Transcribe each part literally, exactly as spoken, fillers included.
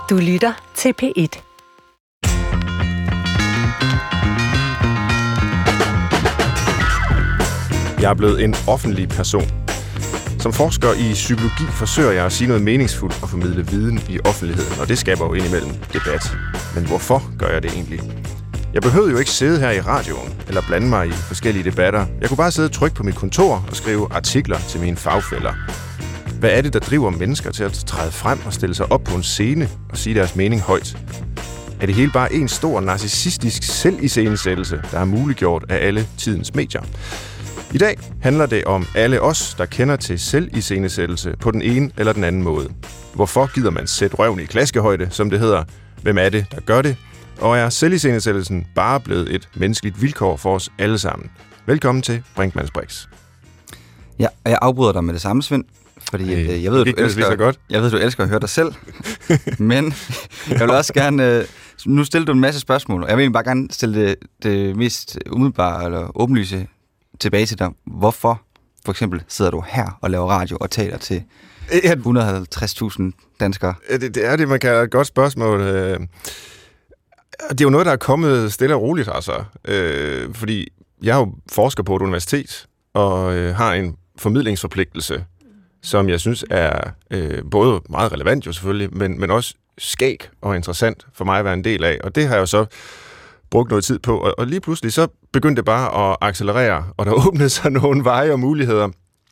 Du lytter til P et. Jeg er blevet en offentlig person. Som forsker i psykologi forsøger jeg at sige noget meningsfuldt og formidle viden i offentligheden, og det skaber jo indimellem debat. Men hvorfor gør jeg det egentlig? Jeg behøvede jo ikke sidde her i radioen eller blande mig i forskellige debatter. Jeg kunne bare sidde trygt på mit kontor og skrive artikler til mine fagfæller. Hvad er det, der driver mennesker til at træde frem og stille sig op på en scene og sige deres mening højt? Er det hele bare en stor narcissistisk selviscenesættelse, der er muliggjort af alle tidens medier? I dag handler det om alle os, der kender til selviscenesættelse på den ene eller den anden måde. Hvorfor gider man sætte røven i klaskehøjde, som det hedder? Hvem er det, der gør det? Og er selviscenesættelsen bare blevet et menneskeligt vilkår for os alle sammen? Velkommen til Brinkmanns Brix. Ja, og jeg afbryder dig med det samme, Svend, fordi hey, øh, jeg, ved, du elsker, godt. jeg ved, du elsker at høre dig selv, men jeg vil også gerne... Øh, nu stiller du en masse spørgsmål, og jeg vil egentlig bare gerne stille det, det mest umiddelbare eller åbenlyse tilbage til dig. Hvorfor, for eksempel, sidder du her og laver radio og taler til et hundrede og halvtreds tusind danskere? Det, det er det, man kan have et godt spørgsmål. Det er jo noget, der er kommet stille og roligt, altså. Fordi jeg er jo forsker på et universitet, og har en formidlingsforpligtelse, som jeg synes er både meget relevant jo selvfølgelig, men, men også skæg og interessant for mig at være en del af. Og det har jeg jo så brugt noget tid på, og, og lige pludselig så begyndte det bare at accelerere, og der åbnede sig nogle veje og muligheder.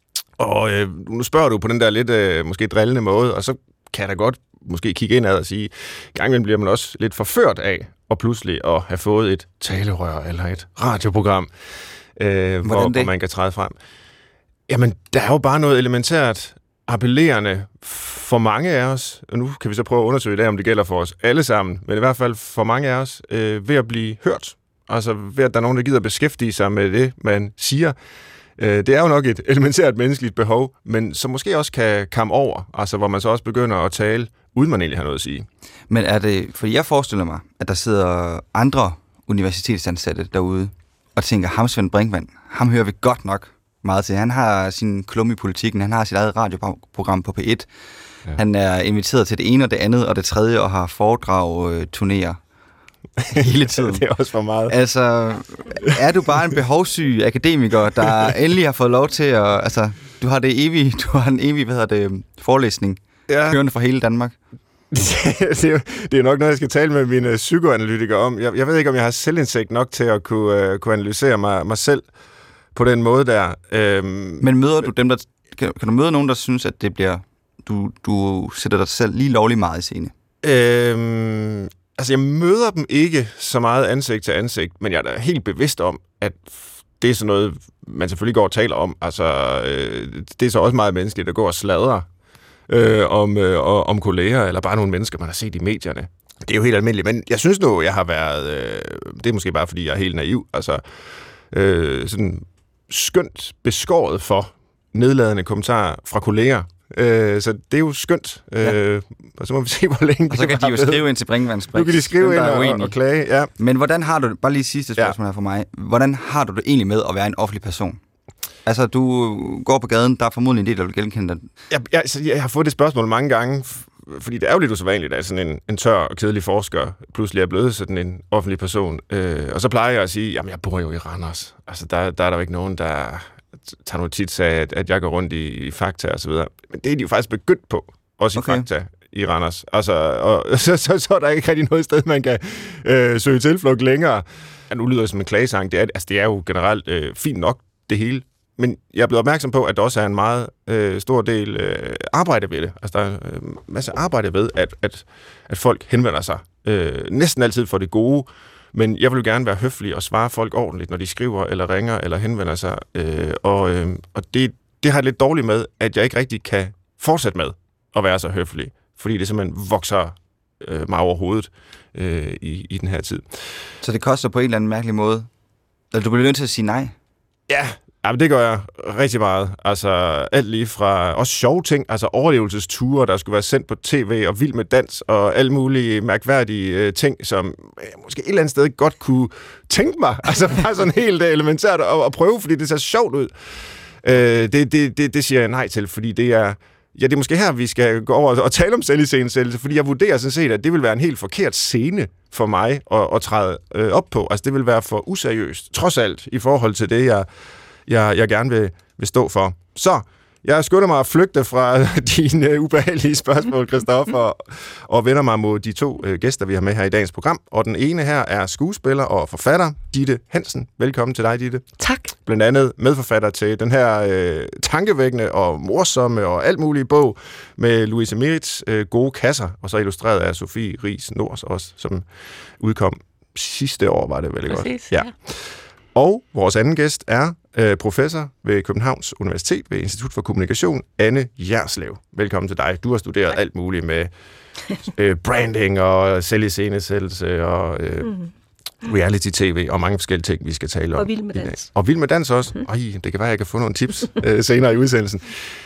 Og øh, nu spørger du på den der lidt øh, måske drillende måde, og så kan jeg da godt måske kigge indad og sige, gang imellem bliver man også lidt forført af, og pludselig at have fået et talerør eller et radioprogram, øh, hvor, hvor man kan træde frem. Jamen, der er jo bare noget elementært appellerende for mange af os, og nu kan vi så prøve at undersøge i dag, om det gælder for os alle sammen, men i hvert fald for mange af os, øh, ved at blive hørt. Altså ved, at der er nogen, der gider beskæftige sig med det, man siger. Øh, det er jo nok et elementært menneskeligt behov, men som måske også kan komme over, altså hvor man så også begynder at tale, uden man egentlig har noget at sige. Men er det, fordi jeg forestiller mig, at der sidder andre universitetsansatte derude, og tænker, ham Svend Brinkmann, ham hører vi godt nok meget til. Han har sin klumme i politikken, han har sit eget radioprogram på P et. Ja. Han er inviteret til det ene og det andet og det tredje, og har foredrag øh, turnerer hele tiden. Det er også for meget. Altså, er du bare en behovssyg akademiker, der endelig har fået lov til at... Altså, du har det evige, du har en evig, hvad hedder det, forelæsning, ja, kørende for hele Danmark. det, er, det er nok noget, jeg skal tale med mine psykoanalytikere om. Jeg, jeg ved ikke, om jeg har selvindsigt nok til at kunne, uh, kunne analysere mig, mig selv på den måde der. Øhm, Men møder du dem, der... Kan, kan du møde nogen, der synes, at det bliver... Du, du sætter dig selv lige lovlig meget i scene? Øhm, altså, jeg møder dem ikke så meget ansigt til ansigt, men jeg er da helt bevidst om, at det er sådan noget, man selvfølgelig går og taler om. Altså, øh, det er så også meget menneskeligt at gå og sladre øh, om, øh, om kolleger, eller bare nogle mennesker, man har set i medierne. Det er jo helt almindeligt, men jeg synes nu, jeg har været... Øh, det er måske bare, fordi jeg er helt naiv. Altså, øh, sådan skønt beskåret for nedladende kommentarer fra kolleger. Øh, så det er jo skønt. Ja. Øh, og så må vi se, hvor længe og så kan de jo skrive ind til Brinkmanns Brix. Nu kan de skrive ind og, og, og klage, ja. Men hvordan har du det, bare lige sidste spørgsmål ja. her for mig, hvordan har du det egentlig med at være en offentlig person? Altså, du går på gaden, der er formodentlig en del, der vil genkende dig. Jeg, jeg, altså, jeg har fået det spørgsmål mange gange, fordi det er jo lidt usædvanligt, at sådan en, en tør og kedelig forsker pludselig er blevet sådan en offentlig person. Øh, og så plejer jeg at sige, jamen jeg bor jo i Randers. Altså, der, der er der jo ikke nogen, der tager notits af, at, at jeg går rundt i, i Fakta og så videre. Men det er de jo faktisk begyndt på, også i okay. Fakta i Randers. Altså, og så, så, så er der ikke rigtig noget sted, man kan øh, søge tilflugt længere. Ja, nu lyder det som en klagesang. Det er, altså, det er jo generelt øh, fint nok, det hele. Men jeg er blevet opmærksom på, at der også er en meget øh, stor del øh, arbejde ved det. Altså, der er øh, masser af arbejde ved, at, at, at folk henvender sig. Øh, næsten altid for det gode. Men jeg vil jo gerne være høflig og svare folk ordentligt, når de skriver eller ringer eller henvender sig. Øh, og øh, og det, det har jeg lidt dårligt med, at jeg ikke rigtig kan fortsætte med at være så høflig. Fordi det simpelthen vokser øh, mig over hovedet øh, i, i den her tid. Så det koster på en eller anden mærkelig måde? Eller du bliver nødt til at sige nej? Ja, jamen det gør jeg rigtig meget. Altså alt lige fra også sjove ting, altså overlevelsesture, der skulle være sendt på tv og Vild med dans og alle mulige mærkværdige øh, ting, som jeg måske et eller andet sted godt kunne tænke mig. Altså bare sådan helt elementært at, at prøve, fordi det ser sjovt ud. Øh, det, det, det, det siger jeg nej til, fordi det er... ja, det er måske her, vi skal gå over og tale om selviscenesættelse, fordi jeg vurderer sådan set, at det vil være en helt forkert scene for mig at, at træde øh, op på. Altså, det vil være for useriøst, trods alt, i forhold til det, jeg, jeg, jeg gerne vil, vil stå for. Så, jeg skynder mig at flygte fra dine ubehagelige spørgsmål, Christoffer, og, og vender mig mod de to øh, gæster, vi har med her i dagens program. Og den ene her er skuespiller og forfatter, Ditte Hansen. Velkommen til dig, Ditte. Tak. Blandt andet medforfatter til den her øh, tankevækkende og morsomme og alt muligt bog med Louise Merits øh, Gode Kasser, og så illustreret af Sofie Riis Nors også, som udkom sidste år, var det vel godt? Præcis, ja. ja. Og vores anden gæst er øh, professor ved Københavns Universitet ved Institut for Kommunikation, Anne Jerslev. Velkommen til dig. Du har studeret tak. alt muligt med øh, branding og selviscenesættelse og øh, mm. reality-tv og mange forskellige ting, vi skal tale om. Og Vild med dans. Og Vild med dans også. Mm. Ej, det kan være, jeg kan få nogle tips øh, senere i udsendelsen.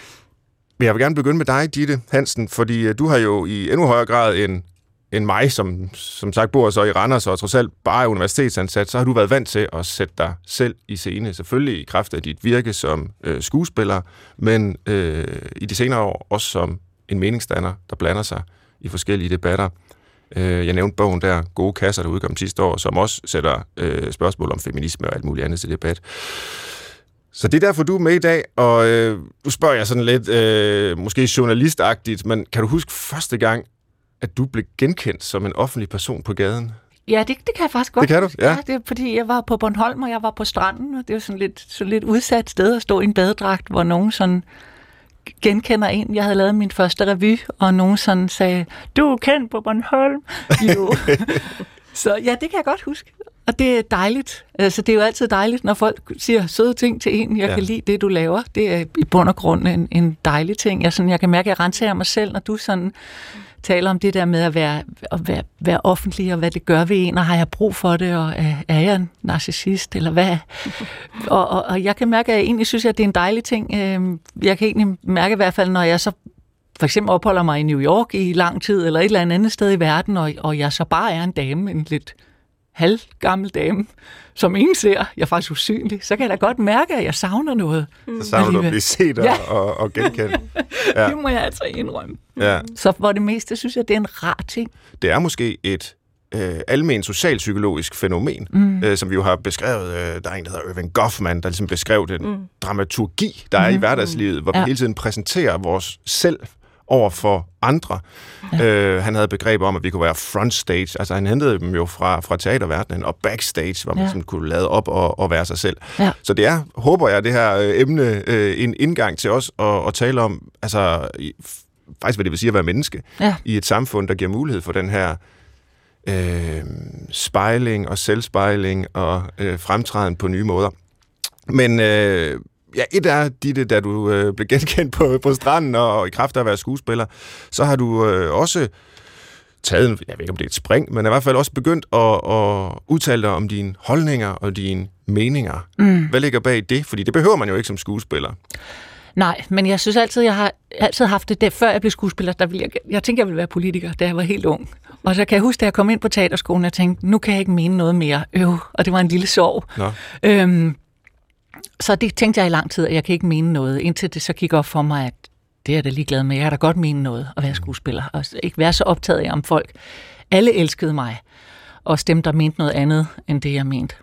Men jeg vil gerne begynde med dig, Ditte Hansen, fordi øh, du har jo i endnu højere grad en end mig, som, som sagt bor så i Randers og trods alt bare er universitetsansat, så har du været vant til at sætte dig selv i scene. Selvfølgelig i kraft af dit virke som øh, skuespiller, men øh, i de senere år også som en meningsdanner, der blander sig i forskellige debatter. Øh, jeg nævnte bogen der, Gode Kasser, der udkom sidste år, som også sætter øh, spørgsmål om feminisme og alt muligt andet til debat. Så det er derfor, du er med i dag, og øh, du spørger jeg sådan lidt, øh, måske journalistagtigt, men kan du huske første gang, at du blev genkendt som en offentlig person på gaden? Ja, det, det kan jeg faktisk godt. Det kan du, ja. ja. Det er, fordi jeg var på Bornholm, og jeg var på stranden, og det var sådan lidt, sådan lidt udsat sted at stå i en badedragt, hvor nogen sådan genkender en. Jeg havde lavet min første revy, og nogen sådan sagde, du er kendt på Bornholm. Jo. Så ja, det kan jeg godt huske. Og det er dejligt. Altså, det er jo altid dejligt, når folk siger søde ting til en. Jeg ja. kan lide det, du laver. Det er i bund og grund en, en dejlig ting. Jeg, sådan, jeg kan mærke, at jeg renser mig selv, når du sådan taler om det der med at være, at være, være offentlig, og hvad det gør ved en, og har jeg brug for det, og er, er jeg en narcissist, eller hvad? og, og, og jeg kan mærke, at jeg egentlig synes, at det er en dejlig ting. Jeg kan egentlig mærke i hvert fald, når jeg så for eksempel opholder mig i New York i lang tid, eller et eller andet sted i verden, og, og jeg så bare er en dame, en lidt halvgammel dame, som ingen ser, jeg er faktisk usynlig, så kan jeg da godt mærke, at jeg savner noget. Så savner du at blive set og, ja. og, og genkendt. Ja. Det må jeg altså indrømme. Ja. Så for det meste, synes jeg, det er en rar ting. Det er måske et øh, almen socialpsykologisk fænomen, mm. øh, som vi jo har beskrevet. Øh, der er en, der hedder Irving Goffman, der ligesom beskrev den mm. dramaturgi, der er mm. i hverdagslivet, hvor ja. vi hele tiden præsenterer vores selv over for andre. Ja. Øh, han havde begreber om, at vi kunne være frontstage. Altså, han hentede dem jo fra, fra teaterverdenen, og backstage, hvor man ja. sådan kunne lade op og, og være sig selv. Ja. Så det er, håber jeg, det her øh, emne, øh, en indgang til os at, at tale om, altså, i, faktisk hvad det vil sige at være menneske, ja. i et samfund, der giver mulighed for den her øh, spejling og selvspejling og øh, fremtræden på nye måder. Men øh, ja, et er Ditte, da du øh, blev genkendt på, på stranden og, og i kraft af at være skuespiller, så har du øh, også taget, jeg ved ikke om det er et spring, men i hvert fald også begyndt at, at udtale dig om dine holdninger og dine meninger. Mm. Hvad ligger bag det? Fordi det behøver man jo ikke som skuespiller. Nej, men jeg synes altid, jeg har altid haft det der, før jeg blev skuespiller, der ville jeg, jeg tænkte, jeg ville være politiker, da jeg var helt ung. Og så kan jeg huske, da jeg kom ind på teaterskolen, jeg tænkte, nu kan jeg ikke mene noget mere. Øv, og det var en lille sorg. Nå. Øhm, Så det tænkte jeg i lang tid, at jeg kan ikke mene noget, indtil det så gik op for mig, at det er jeg da ligeglad med. Jeg kan da godt mene noget at være skuespiller, og ikke være så optaget af, om folk. Alle elskede mig, og stemte der mente noget andet, end det jeg mente.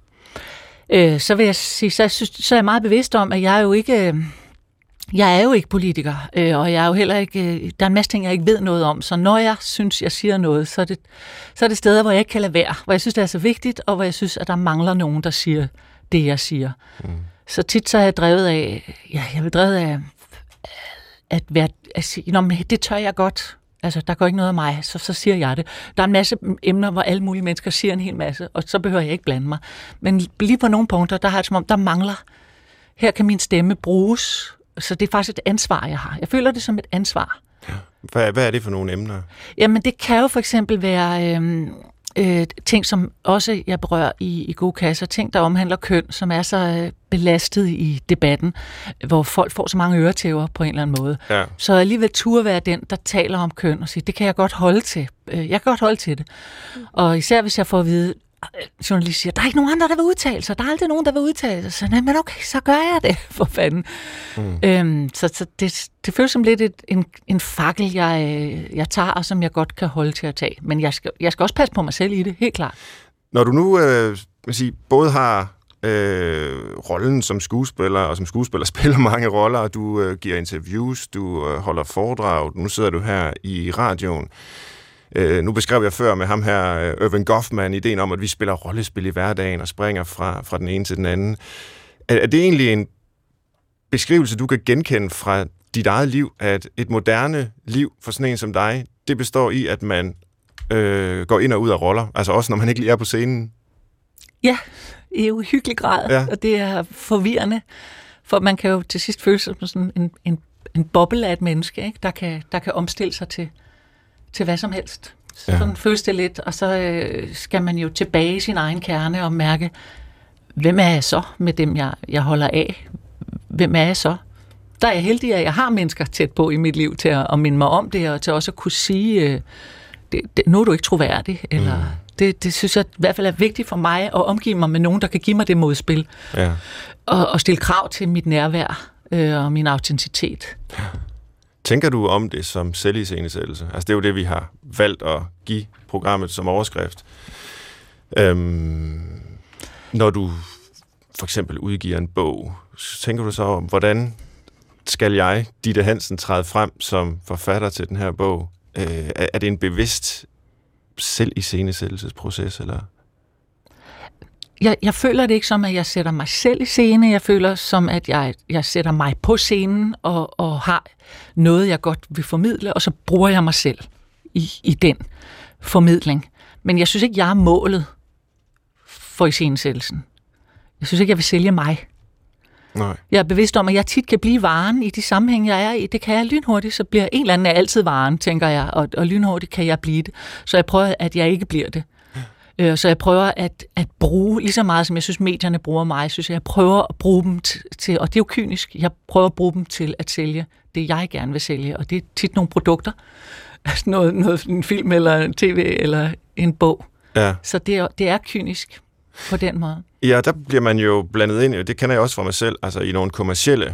Øh, så vil jeg sige, så, synes, så er jeg meget bevidst om, at jeg er jo ikke, jeg er jo ikke politiker, øh, og jeg er jo heller ikke, der er en masse ting, jeg ikke ved noget om, så når jeg synes, jeg siger noget, så er det, så er det steder, hvor jeg ikke kan lade være, hvor jeg synes, det er så vigtigt, og hvor jeg synes, at der mangler nogen, der siger det, jeg siger. Mm. Så tit så er jeg drevet af, ja, jeg er drevet af at være, at sige, nå, men det tør jeg godt. Altså, der går ikke noget af mig, så, så siger jeg det. Der er en masse emner, hvor alle mulige mennesker siger en hel masse, og så behøver jeg ikke blande mig. Men lige på nogle punkter, der har det som om, der mangler, her kan min stemme bruges, så det er faktisk et ansvar, jeg har. Jeg føler det som et ansvar. Ja. Hvad, hvad er det for nogle emner? Jamen, det kan jo for eksempel være øhm, øh, ting, som også jeg berører i, i Gode Kasser, ting, der omhandler køn, som er så øh, belastet i debatten, hvor folk får så mange øretæver på en eller anden måde. Ja. Så alligevel turde være den, der taler om køn og siger, det kan jeg godt holde til. Jeg kan godt holde til det. Mm. Og især hvis jeg får at vide, journalist siger, der er ikke nogen andre, der vil udtale sig. Der er aldrig nogen, der vil udtale sig. Så, nej, men okay, så gør jeg det, for fanden. Mm. Øhm, så så det, det føles som lidt et, en, en fakkel, jeg, jeg tager, og som jeg godt kan holde til at tage. Men jeg skal, jeg skal også passe på mig selv i det, helt klart. Når du nu øh, vil sige, både har øh, rollen som skuespiller, og som skuespiller spiller mange roller, og du øh, giver interviews, du øh, holder foredrag, nu sidder du her i radioen. Øh, nu beskrev jeg før med ham her, Irving Goffman, ideen om, at vi spiller rollespil i hverdagen og springer fra, fra den ene til den anden. Er, er det egentlig en beskrivelse, du kan genkende fra dit eget liv, at et moderne liv for sådan en som dig, det består i, at man øh, går ind og ud af roller, altså også når man ikke lige er på scenen? Ja, i uhyggelig grad, ja. Og det er forvirrende, for man kan jo til sidst føle sig som sådan en, en, en boble af et menneske, ikke? Der, kan, der kan omstille sig til til hvad som helst. Sådan ja. Føles det lidt, og så øh, skal man jo tilbage i sin egen kerne og mærke, hvem er jeg så med dem, jeg, jeg holder af? Hvem er jeg så? Der er jeg heldig, at jeg har mennesker tæt på i mit liv til at, at minde mig om det, og til også at kunne sige, øh, det, det, nu er du ikke troværdig, eller mm. det, det synes jeg i hvert fald er vigtigt for mig, at omgive mig med nogen, der kan give mig det modspil, ja. og, og stille krav til mit nærvær øh, og min autenticitet. Ja. Tænker du om det som selviscenesættelse? Altså det er jo det, vi har valgt at give programmet som overskrift. Øhm, når du for eksempel udgiver en bog, så tænker du så om, hvordan skal jeg, Ditte Hansen, træde frem som forfatter til den her bog? Øh, er, er det en bevidst selviscenesættelsesproces, eller? Jeg, jeg føler det ikke som, at jeg sætter mig selv i scene. Jeg føler som, at jeg, jeg sætter mig på scenen og, og har noget, jeg godt vil formidle, og så bruger jeg mig selv i, i den formidling. Men jeg synes ikke, jeg er målet for iscenesættelsen. Jeg synes ikke, jeg vil sælge mig. Nej. Jeg er bevidst om, at jeg tit kan blive varen i de sammenhæng, jeg er i. Det kan jeg lynhurtigt, så bliver en eller anden altid varen, tænker jeg, og, og lynhurtigt kan jeg blive det. Så jeg prøver, at jeg ikke bliver det. Så jeg prøver at, at bruge, lige så meget som jeg synes, medierne bruger mig, synes jeg, jeg prøver at bruge dem til, og det er jo kynisk, jeg prøver at bruge dem til at sælge det, jeg gerne vil sælge, og det er tit nogle produkter, altså noget, noget en film eller en tv eller en bog. Ja. Så det er, det er kynisk på den måde. Ja, der bliver man jo blandet ind, det kender jeg også fra mig selv, altså i nogle kommercielle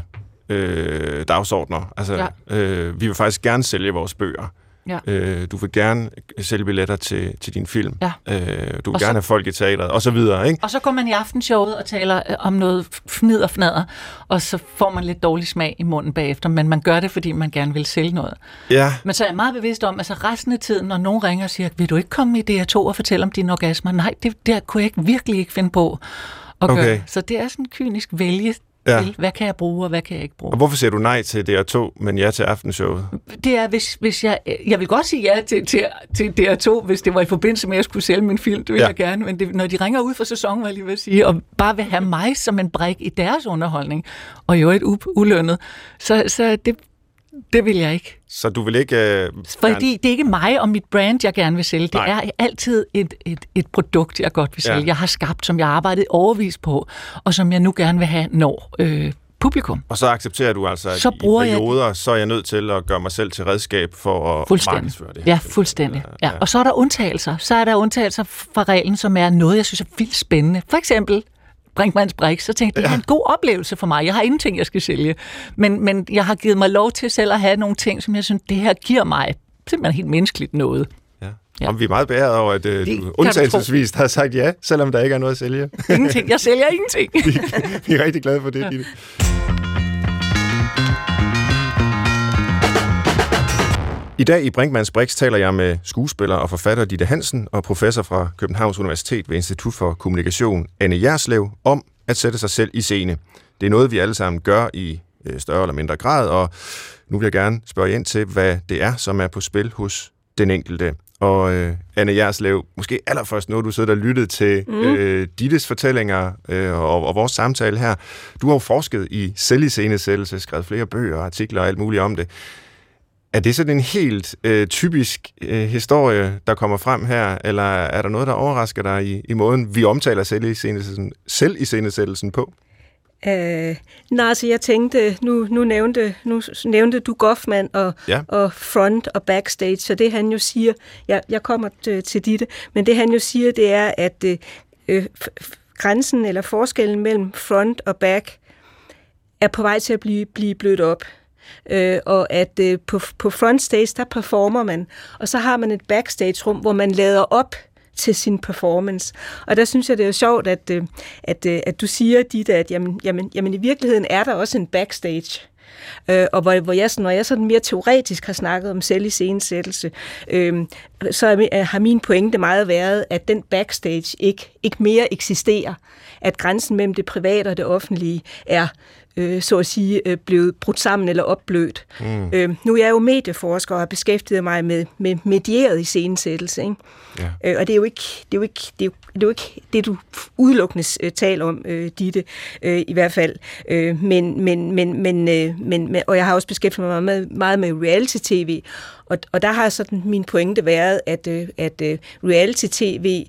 øh, dagsordner. Altså, ja. øh, vi vil faktisk gerne sælge vores bøger. Ja. Øh, du vil gerne sælge billetter til, til din film. Ja. Øh, du vil og gerne så, have folk i teatret, og så videre, ikke? Og så går man i aftenshowet og taler om noget fnid og fnader, og så får man lidt dårlig smag i munden bagefter, men man gør det, fordi man gerne vil sælge noget. Ja. Men så er jeg meget bevidst om, at altså resten af tiden, når nogen ringer og siger, vil du ikke komme i D R to og fortælle om dine orgasmer? Nej, det der kunne jeg ikke, virkelig ikke finde på at okay. gøre. Så det er sådan kynisk vælge. Ja. Hvad kan jeg bruge, og hvad kan jeg ikke bruge? Og hvorfor siger du nej til D R to, men ja til aftenshowet? Det er, hvis, hvis jeg... Jeg vil godt sige ja til, til, til D R to, hvis det var i forbindelse med, at jeg skulle sælge min film. Det vil ja. jeg gerne. Men det, når de ringer ud for sæsonen, vil jeg lige vil sige, og bare vil have mig som en brik i deres underholdning, og jo et u- ulønnet, så, så det, det vil jeg ikke. Så du vil ikke... Uh, Fordi det er ikke mig og mit brand, jeg gerne vil sælge. Det nej. er altid et, et, et produkt, jeg godt vil sælge. Ja. Jeg har skabt, som jeg har arbejdet overvis på, og som jeg nu gerne vil have når øh, publikum. Og så accepterer du altså, at så i perioder, jeg... så er jeg nødt til at gøre mig selv til redskab for at markedsføre det. Ja, fuldstændig. Ja. Ja. Og så er der undtagelser. Så er der undtagelser fra reglen, som er noget, jeg synes er vildt spændende. For eksempel Brinkmanns Brix, så tænkte jeg, det er ja. en god oplevelse for mig. Jeg har ingenting, jeg skal sælge. Men, men jeg har givet mig lov til selv at have nogle ting, som jeg synes, det her giver mig simpelthen helt menneskeligt noget. Ja. Ja. Og vi er meget beæret over, at uh, du undtagelsesvis har sagt ja, selvom der ikke er noget at sælge. Ingenting. Jeg sælger ingenting. vi, vi er rigtig glade for det, ja. Ditte. I dag i Brinkmanns Brix taler jeg med skuespiller og forfatter Ditte Hansen og professor fra Københavns Universitet ved Institut for Kommunikation, Anne Jerslev, om at sætte sig selv i scene. Det er noget, vi alle sammen gør i større eller mindre grad, og nu vil jeg gerne spørge ind til, hvad det er, som er på spil hos den enkelte. Og øh, Anne Jerslev, måske allerførst nu, du sidder og lyttet til mm. øh, Dittes fortællinger øh, og, og vores samtale her. Du har jo forsket i selviscenesættelse, skrevet flere bøger og artikler og alt muligt om det. Er det sådan en helt øh, typisk øh, historie, der kommer frem her, eller er der noget, der overrasker dig i, i måden, vi omtaler selviscenesættelsen, selviscenesættelsen på? Uh, nej, altså jeg tænkte, nu, nu, nævnte, nu nævnte du Goffman og, ja. og front og backstage, så det han jo siger, jeg, jeg kommer til, til Ditte, men det han jo siger, det er, at øh, grænsen eller forskellen mellem front og back er på vej til at blive, blive blødt op. Øh, og at øh, på, på frontstage, der performer man, og så har man et backstage-rum, hvor man lader op til sin performance. Og der synes jeg, det er jo sjovt, at, at, at du siger, Ditte, at jamen, jamen, jamen, i virkeligheden er der også en backstage. Øh, og hvor, hvor jeg, når jeg sådan mere teoretisk har snakket om selviscenesættelse, øh, så er, har min pointe meget været, at den backstage ikke, ikke mere eksisterer. At grænsen mellem det private og det offentlige er øh, så at sige, øh, blevet brudt sammen eller opblødt. Mm. Øh, nu er jeg jo medieforsker og har beskæftiget mig med, med medieret iscenesættelse, ikke? Ja. Øh, og det er jo ikke det, er jo ikke, det, er jo, det, er jo ikke det du udelukkende øh, taler om, øh, Ditte, øh, i hvert fald. Øh, men, men, men, men, øh, men, og jeg har også beskæftiget mig meget, meget med reality-tv, og, og der har sådan min pointe været, at, øh, at øh, reality-tv,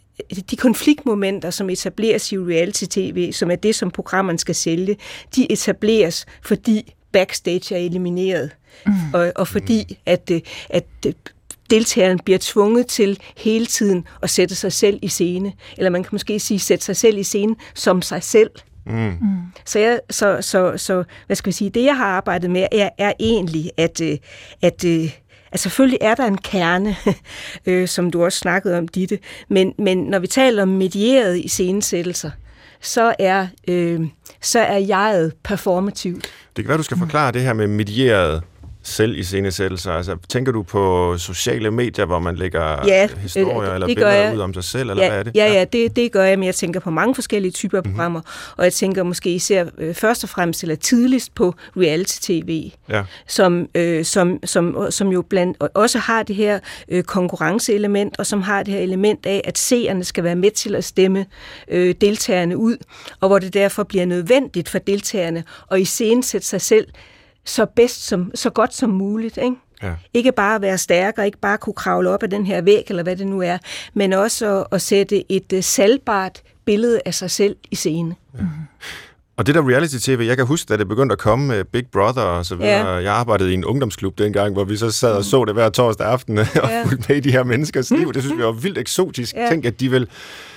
de konfliktmomenter, som etableres i reality-tv, som er det, som programmerne skal sælge, de etableres, fordi backstage er elimineret. Mm. Og, og fordi, at, at deltageren bliver tvunget til hele tiden at sætte sig selv i scene. Eller man kan måske sige, sætte sig selv i scene som sig selv. Mm. Mm. Så, jeg, så, så, så, hvad skal vi sige, det jeg har arbejdet med, er, er egentlig, at, at Altså selvfølgelig er der en kerne, øh, som du også snakkede om, Ditte, men, men når vi taler om medierede iscenesættelser, så er, øh, så er jeget performativt. Det kan være, du skal forklare det her med medieret selviscenesættelser. Altså, tænker du på sociale medier, hvor man lægger ja, historier øh, eller billeder jeg. ud om sig selv, eller ja, hvad er det? Ja, ja, det, det gør jeg, men jeg tænker på mange forskellige typer af programmer, mm-hmm. og jeg tænker måske især øh, først og fremmest eller tidligst på reality-tv, ja. som, øh, som, som, som jo blandt også har det her øh, konkurrenceelement, og som har det her element af, at seerne skal være med til at stemme øh, deltagerne ud, og hvor det derfor bliver nødvendigt for deltagerne at iscenesætte sig selv så bedst som, så godt som muligt, ikke? Ja. Ikke bare at være stærkere, ikke bare kunne kravle op af den her væg, eller hvad det nu er, men også at, at sætte et uh, salgbart billede af sig selv i scene. Ja. Mm-hmm. Og det der reality-tv, jeg kan huske, da det begyndte at komme med Big Brother og så videre. Ja. Jeg arbejdede i en ungdomsklub dengang, hvor vi så sad og så det hver torsdag aften og ja. fulgte med i de her menneskers liv. Det synes vi var vildt eksotisk. Ja. Tænk, at de vil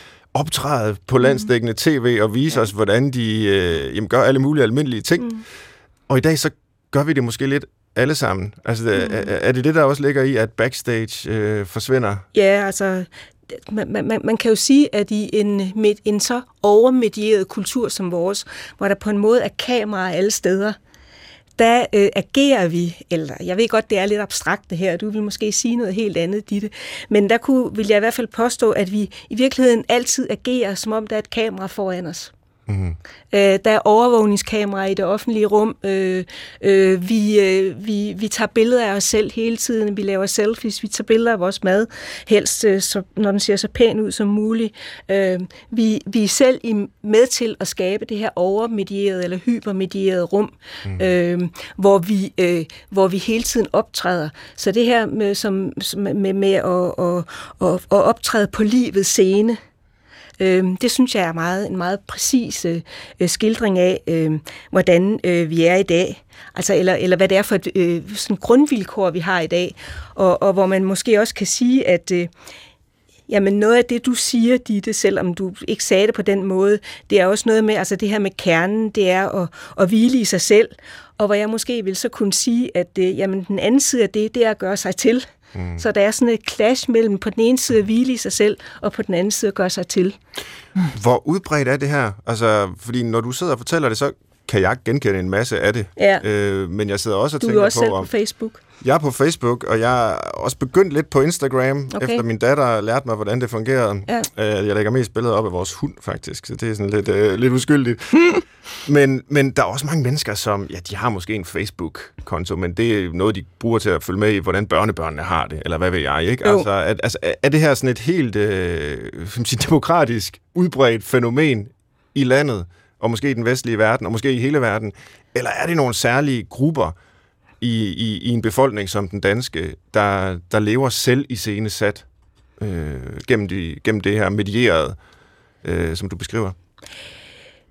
optræde på landsdækkende tv og vise ja. os, hvordan de øh, jamen, gør alle mulige almindelige ting. Mm. Og i dag så gør vi det måske lidt alle sammen. Altså, mm. er, er det det, der også ligger i, at backstage øh, forsvinder? Ja, altså, man, man, man kan jo sige, at i en, med en så overmedieret kultur som vores, hvor der på en måde er kameraer alle steder, der øh, agerer vi, eller jeg ved godt, det er lidt abstrakt det her, du vil måske sige noget helt andet, Ditte, men der kunne, vil jeg i hvert fald påstå, at vi i virkeligheden altid agerer, som om der er et kamera foran os. Mm-hmm. Øh, der er overvågningskameraer i det offentlige rum. Øh, øh, vi, øh, vi, vi tager billeder af os selv hele tiden. Vi laver selfies. Vi tager billeder af vores mad, helst øh, så, når den ser så pæn ud som muligt. Øh, vi, vi er selv i, med til at skabe det her overmedierede eller hypermedierede rum, mm. øh, hvor, vi, øh, hvor vi hele tiden optræder. Så det her med, som, med, med at, at, at, at optræde på livets scene, Øh, det synes jeg er meget, en meget præcis øh, skildring af, øh, hvordan øh, vi er i dag. Altså, eller, eller hvad det er for et øh, sådan grundvilkår, vi har i dag. Og, og hvor man måske også kan sige, at øh, jamen noget af det, du siger, Ditte, selvom du ikke sagde det på den måde, det er også noget med, altså det her med kernen, det er at, at hvile i sig selv. Og hvor jeg måske vil så kunne sige, at øh, jamen, den anden side af det, det er at gøre sig til. Mm. Så der er sådan et clash mellem på den ene side at hvile i sig selv, og på den anden side at gøre sig til. Hvor udbredt er det her? Altså, fordi når du sidder og fortæller det, så kan jeg genkende en masse af det. Ja. Øh, men jeg sidder også og du tænker på... Du er også selv om, på Facebook. Jeg er på Facebook, og jeg er også begyndt lidt på Instagram, okay. efter min datter lærte mig, hvordan det fungerede. Ja. Jeg lægger mest billeder op af vores hund, faktisk, så det er sådan lidt, øh, lidt uskyldigt. men, men der er også mange mennesker, som, ja, de har måske en Facebook-konto, men det er noget, de bruger til at følge med i, hvordan børnebørnene har det, eller hvad ved jeg, ikke? Altså, er, altså, er det her sådan et helt øh, demokratisk udbredt fænomen i landet, og måske i den vestlige verden, og måske i hele verden, eller er det nogle særlige grupper, I, i, i en befolkning som den danske, der, der lever selv i scenesat øh, gennem, de, gennem det her medierede, øh, som du beskriver?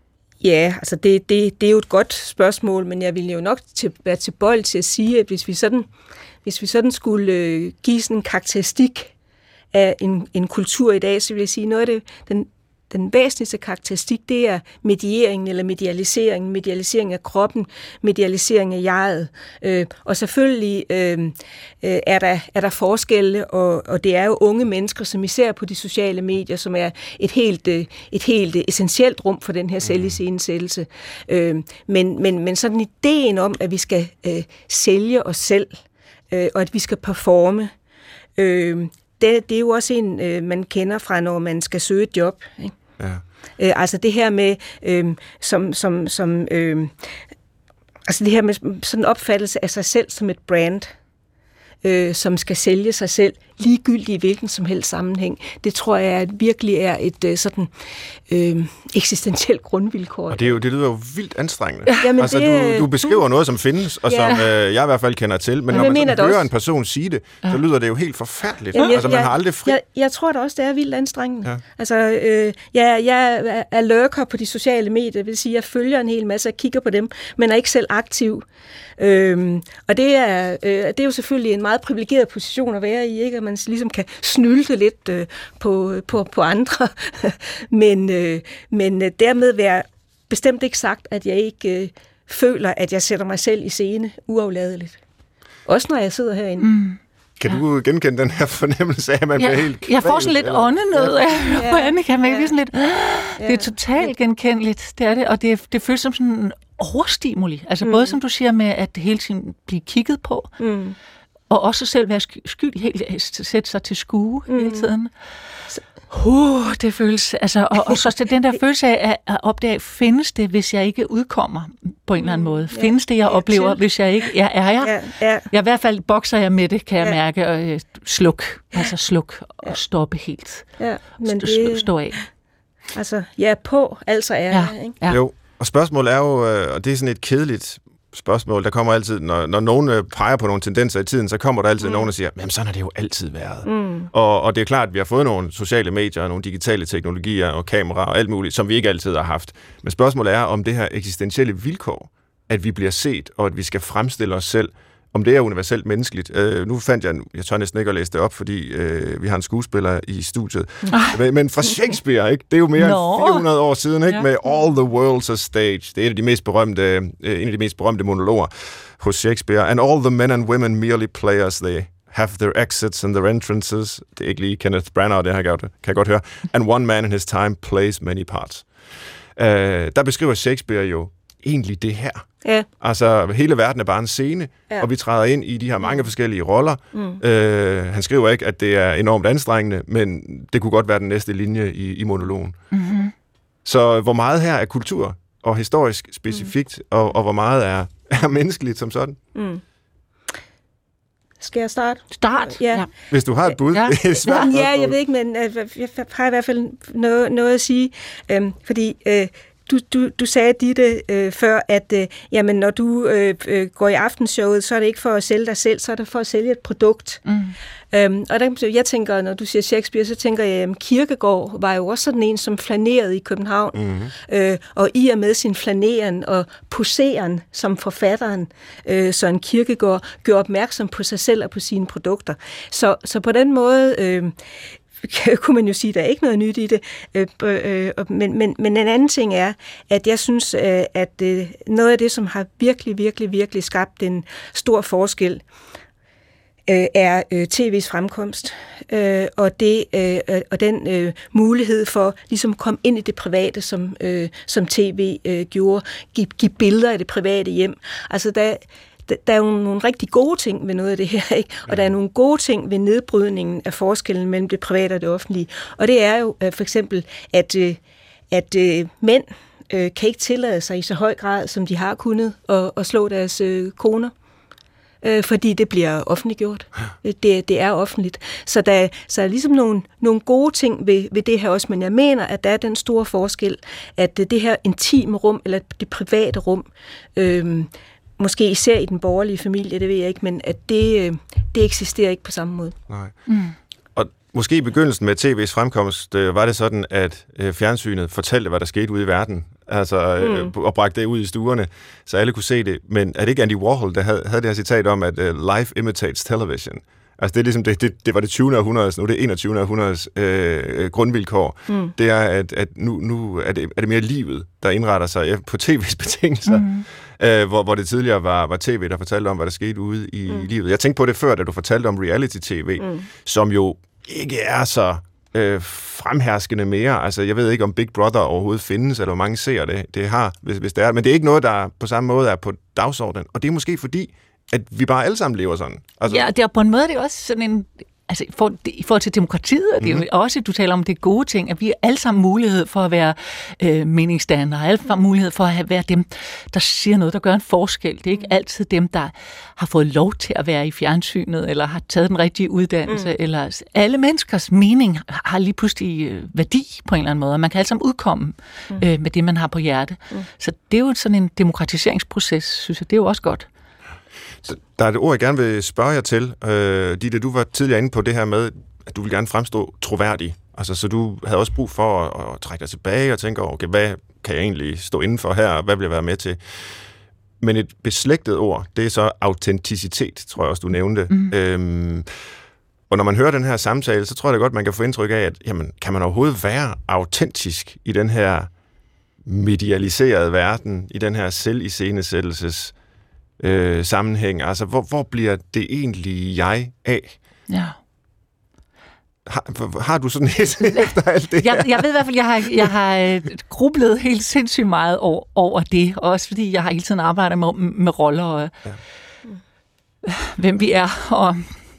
Ja, altså det, det, det er jo et godt spørgsmål, men jeg ville jo nok til, være tilbøjelig til at sige, at hvis vi sådan, hvis vi sådan skulle øh, give sådan en karakteristik af en, en kultur i dag, så vil jeg sige, noget af det, den, den væsentligste karakteristik, det er medieringen eller medialiseringen, medialisering af kroppen, medialisering af jeget. Øh, og selvfølgelig øh, øh, er, der, er der forskelle, og, og det er jo unge mennesker, som især på de sociale medier, som er et helt, øh, et helt øh, essentielt rum for den her selviscenesættelse. Øh, men, men, men sådan ideen om, at vi skal øh, sælge os selv, øh, og at vi skal performe, øh, det, det er jo også en, øh, man kender fra, når man skal søge et job, ikke? Ja. Øh, altså det her med, øh, som, som, som, øh, altså det her med sådan en opfattelse af sig selv som et brand, øh, som skal sælge sig selv, ligegyldigt i hvilken som helst sammenhæng. Det tror jeg at virkelig er et øh, sådan øh, eksistentielt grundvilkår. Og det, er jo, det lyder jo vildt anstrengende. Jamen altså, det, du, du beskriver noget, som findes, og ja. som øh, jeg i hvert fald kender til, men ja, når man sådan hører også. en person sige det, så lyder det jo helt forfærdeligt. Jamen, jeg, altså, man jeg, har aldrig fri... Jeg, jeg tror da også, det er vildt anstrengende. Ja. Altså, øh, jeg, jeg er lurker på de sociale medier, det vil sige, jeg følger en hel masse og kigger på dem, men er ikke selv aktiv. Øhm, og det er, øh, det er jo selvfølgelig en meget privilegeret position at være i, ikke? At man ligesom kan snylte lidt øh, på, på, på andre, men, øh, men dermed være bestemt ikke sagt, at jeg ikke øh, føler, at jeg sætter mig selv i scene uafladeligt. Også når jeg sidder herinde. Mm. Kan du genkende den her fornemmelse af, at man ja, bliver helt kvalt, jeg får sådan lidt åndenød af ja. på Annika, men ja. sådan lidt, ja. det er totalt genkendeligt, det er det, og det, det føles som sådan en overstimuli. Altså mm. både som du siger med, at hele tiden blive kigget på, mm. og også selv være skyld, helt sætte sig til skue mm. hele tiden. Uh, det føles, altså, og, og så til den der følelse af at opdage, findes det, hvis jeg ikke udkommer på en eller anden måde? Findes det, jeg oplever, hvis jeg ikke, jeg er jeg? Ja, ja. Jeg i hvert fald bokser jeg med det, kan jeg ja. mærke, og øh, sluk, altså sluk og ja. stoppe helt. Ja, men St- det... Stå af. Altså, jeg er på, altså er ja. jeg, ikke? Ja. Jo, og spørgsmålet er jo, og det er sådan et kedeligt spørgsmål, der kommer altid, når, når nogen peger på nogle tendenser i tiden, så kommer der altid mm. nogen, der siger, jamen sådan har det jo altid været. Mm. Og, og det er klart, at vi har fået nogle sociale medier, nogle digitale teknologier og kameraer og alt muligt, som vi ikke altid har haft. Men spørgsmålet er, om det her eksistentielle vilkår, at vi bliver set, og at vi skal fremstille os selv, om det er universelt menneskeligt. Uh, nu fandt jeg, jeg tør næsten ikke at læse det op, fordi uh, vi har en skuespiller i studiet. Mm. Men fra Shakespeare, ikke? Det er jo mere no. end fire hundrede år siden, ikke? Ja. Med All the World's a Stage. Det er et af de mest berømte, uh, en af de mest berømte monologer hos Shakespeare. And all the men and women merely players, they have their exits and their entrances. Det er ikke lige Kenneth Branagh, det her kan jeg godt høre. And one man in his time plays many parts. Uh, der beskriver Shakespeare jo egentlig det her. Ja. Altså, hele verden er bare en scene, ja. Og vi træder ind i de her mange forskellige roller. Mm. Øh, han skriver ikke, at det er enormt anstrengende, men det kunne godt være den næste linje i, i monologen. Mm-hmm. Så hvor meget her er kultur og historisk specifikt, mm. og, og hvor meget er, er menneskeligt som sådan? Mm. Skal jeg starte? Start, ja. ja. Hvis du har et bud. Ja, svært, ja jeg ved ikke, men jeg har i hvert fald noget, noget at sige, øhm, fordi... Øh, Du, du, du sagde, Ditte, øh, før, at øh, jamen, når du øh, øh, går i aftenshowet, så er det ikke for at sælge dig selv, så er det for at sælge et produkt. Mm. Øhm, og der, jeg tænker, når du siger Shakespeare, så tænker jeg, at Kierkegaard var jo også sådan en, som flanerede i København. Mm-hmm. Øh, og i og med sin flaneren og poseren som forfatteren, øh, Søren Kierkegaard, gør opmærksom på sig selv og på sine produkter. Så, så på den måde... Øh, kunne man jo sige, at der er ikke noget nyt i det. Øh, øh, men, men, men en anden ting er, at jeg synes, øh, at øh, noget af det, som har virkelig, virkelig, virkelig skabt en stor forskel, øh, er øh, tv's fremkomst. Øh, og, det, øh, og den øh, mulighed for ligesom at komme ind i det private, som, øh, som tv øh, gjorde. Give, give billeder af det private hjem. Altså, der Der er jo nogle rigtig gode ting ved noget af det her, ikke? Og der er nogle gode ting ved nedbrydningen af forskellen mellem det private og det offentlige. Og det er jo øh, for eksempel, at, øh, at øh, mænd øh, kan ikke tillade sig i så høj grad, som de har kunnet, at, at slå deres øh, koner. Øh, fordi det bliver offentliggjort. Det, det er offentligt. Så der, så er ligesom nogle, nogle gode ting ved, ved det her også, men jeg mener, at der er den store forskel, at det her intime rum, eller det private rum, øh, måske især i den borgerlige familie, det ved jeg ikke, men at det, det eksisterer ikke på samme måde. Nej. Mm. Og måske i begyndelsen med tv's fremkomst, øh, var det sådan, at øh, fjernsynet fortalte, hvad der skete ude i verden. altså, Mm. øh, og bragte det ud i stuerne, så alle kunne se det. Men er det ikke Andy Warhol, der havde, havde det her citat om, at uh, life imitates television? Altså det er ligesom, det, det, det var det tyvende århundredes, nu er det enogtyvende århundredes øh, grundvilkår. Mm. Det er, at, at nu, nu er, det, er det mere livet, der indretter sig på tv's betingelser, mm. øh, hvor, hvor det tidligere var, var tv, der fortalte om, hvad der skete ude i mm. livet. Jeg tænkte på det før, da du fortalte om reality-tv, mm. som jo ikke er så øh, fremherskende mere. Altså jeg ved ikke, om Big Brother overhovedet findes, eller hvor mange ser det. Det har, hvis, hvis det er. Men det er ikke noget, der på samme måde er på dagsordenen. Og det er måske fordi, at vi bare alle sammen lever sådan. Altså, ja, det er på en måde det er også sådan en... Altså, for, i forhold til demokratiet, mm-hmm. det er jo også, du taler om det gode ting, at vi har alle sammen mulighed for at være øh, meningsdannere, alle sammen mulighed for at have, være dem, der siger noget, der gør en forskel. Det er ikke altid dem, der har fået lov til at være i fjernsynet, eller har taget den rigtige uddannelse, mm. eller alle menneskers mening har lige pludselig øh, værdi på en eller anden måde, og man kan alle sammen udkomme mm. øh, med det, man har på hjerte. Mm. Så det er jo sådan en demokratiseringsproces, synes jeg, det er jo også godt. Så der er et ord, jeg gerne vil spørge jer til. Øh, Ditte, du var tidligere inde på det her med, at du vil gerne fremstå troværdig. Altså, så du havde også brug for at, at trække dig tilbage og tænke, okay, hvad kan jeg egentlig stå inden for her, hvad vil jeg være med til? Men et beslægtet ord, det er så autenticitet, tror jeg også, du nævnte. Mm. Øhm, og når man hører den her samtale, så tror jeg da godt, man kan få indtryk af, at jamen, kan man overhovedet være autentisk i den her medialiserede verden, i den her selviscenesættelses Øh, sammenhæng. Altså, hvor, hvor bliver det egentlig jeg af? Ja. Har, har du sådan et efter alt det her? Jeg, jeg ved i hvert fald, jeg har, jeg har grublet helt sindssygt meget over, over det, også fordi jeg har hele tiden arbejdet med, med roller og ja. hvem vi er. Og,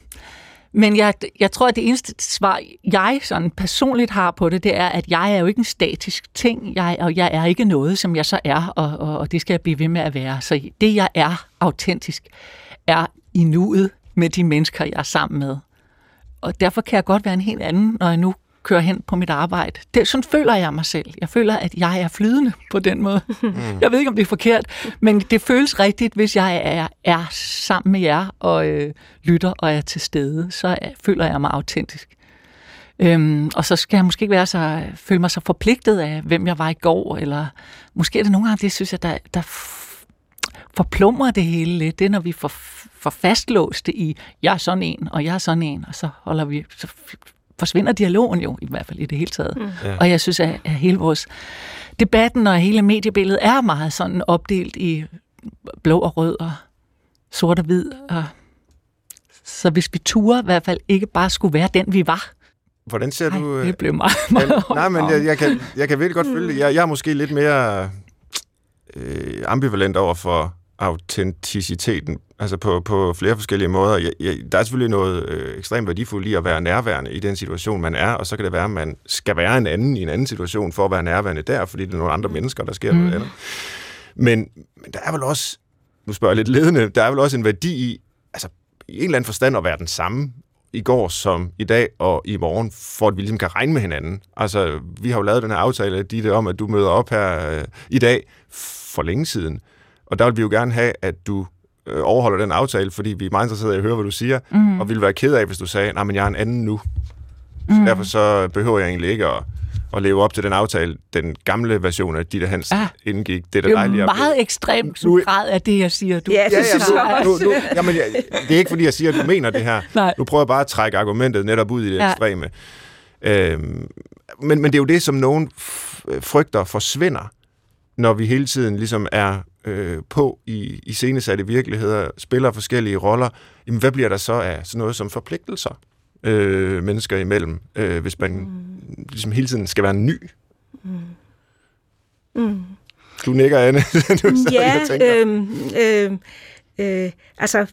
men jeg, jeg tror, at det eneste svar, jeg sådan personligt har på det, det er, at jeg er jo ikke en statisk ting, jeg, og jeg er ikke noget, som jeg så er, og, og, og det skal jeg blive ved med at være. Så det, jeg er autentisk, er i nuet med de mennesker, jeg er sammen med. Og derfor kan jeg godt være en helt anden, når jeg nu kører hen på mit arbejde. Det, sådan føler jeg mig selv. Jeg føler, at jeg er flydende på den måde. Mm. Jeg ved ikke, om det er forkert, men det føles rigtigt, hvis jeg er, er sammen med jer og øh, lytter og er til stede. Så er, føler jeg mig autentisk. Øhm, og så skal jeg måske ikke være så, føle mig så forpligtet af, hvem jeg var i går, eller måske er det nogle gange, det synes jeg, der, der forplumrer det hele lidt. Det er, når vi får, får fastlåst det i, jeg er sådan en, og jeg er sådan en, og så holder vi... Så forsvinder dialogen jo, i hvert fald i det hele taget. Mm. Ja. Og jeg synes, at hele vores debatten og hele mediebilledet er meget sådan opdelt i blå og rød og sort og hvid. Og så hvis vi turde i hvert fald ikke bare skulle være den, vi var. Hvordan ser Ej, du... det blev meget, meget ja, nej, men jeg, jeg, kan, jeg kan virkelig godt følge det. Jeg, jeg er måske lidt mere øh, ambivalent over for autenticiteten, altså på, på flere forskellige måder. Jeg, jeg, der er selvfølgelig noget øh, ekstremt værdifuldt i at være nærværende i den situation, man er, og så kan det være, at man skal være en anden i en anden situation for at være nærværende der, fordi det er nogle andre mennesker, der sker mm. noget andet. Men, men der er vel også, nu spørger jeg lidt ledende, der er vel også en værdi i, altså i en eller anden forstand at være den samme i går som i dag og i morgen, for at vi ligesom kan regne med hinanden. Altså, vi har jo lavet den her aftale, Ditte, om, at du møder op her øh, i dag for længe siden. Og der vil vi jo gerne have, at du øh, overholder den aftale, fordi vi er meget interesserede i at høre, hvad du siger, mm. og ville være ked af, hvis du sagde, nej, men jeg er en anden nu. Mm. Så derfor så behøver jeg egentlig ikke at, at leve op til den aftale, den gamle version af Ditte Hansen ah, indgik. Det er, det er jo meget ekstremt grad af det, jeg siger. Du. Ja, det ja, synes ja, jeg nu, også. Nu, nu, jamen, jeg, det er ikke, fordi jeg siger, at du mener det her. Nej. Nu prøver jeg bare at trække argumentet netop ud i det ja. ekstreme. Øhm, men, men det er jo det, som nogen frygter forsvinder, når vi hele tiden ligesom er øh, på i, i scenesatte virkeligheder, spiller forskellige roller. Jamen, hvad bliver der så af sådan noget som forpligtelser øh, mennesker imellem, øh, hvis man mm. ligesom hele tiden skal være ny? Mm. Mm. Du nikker, Anne. Du ja, øh, øh, øh, altså...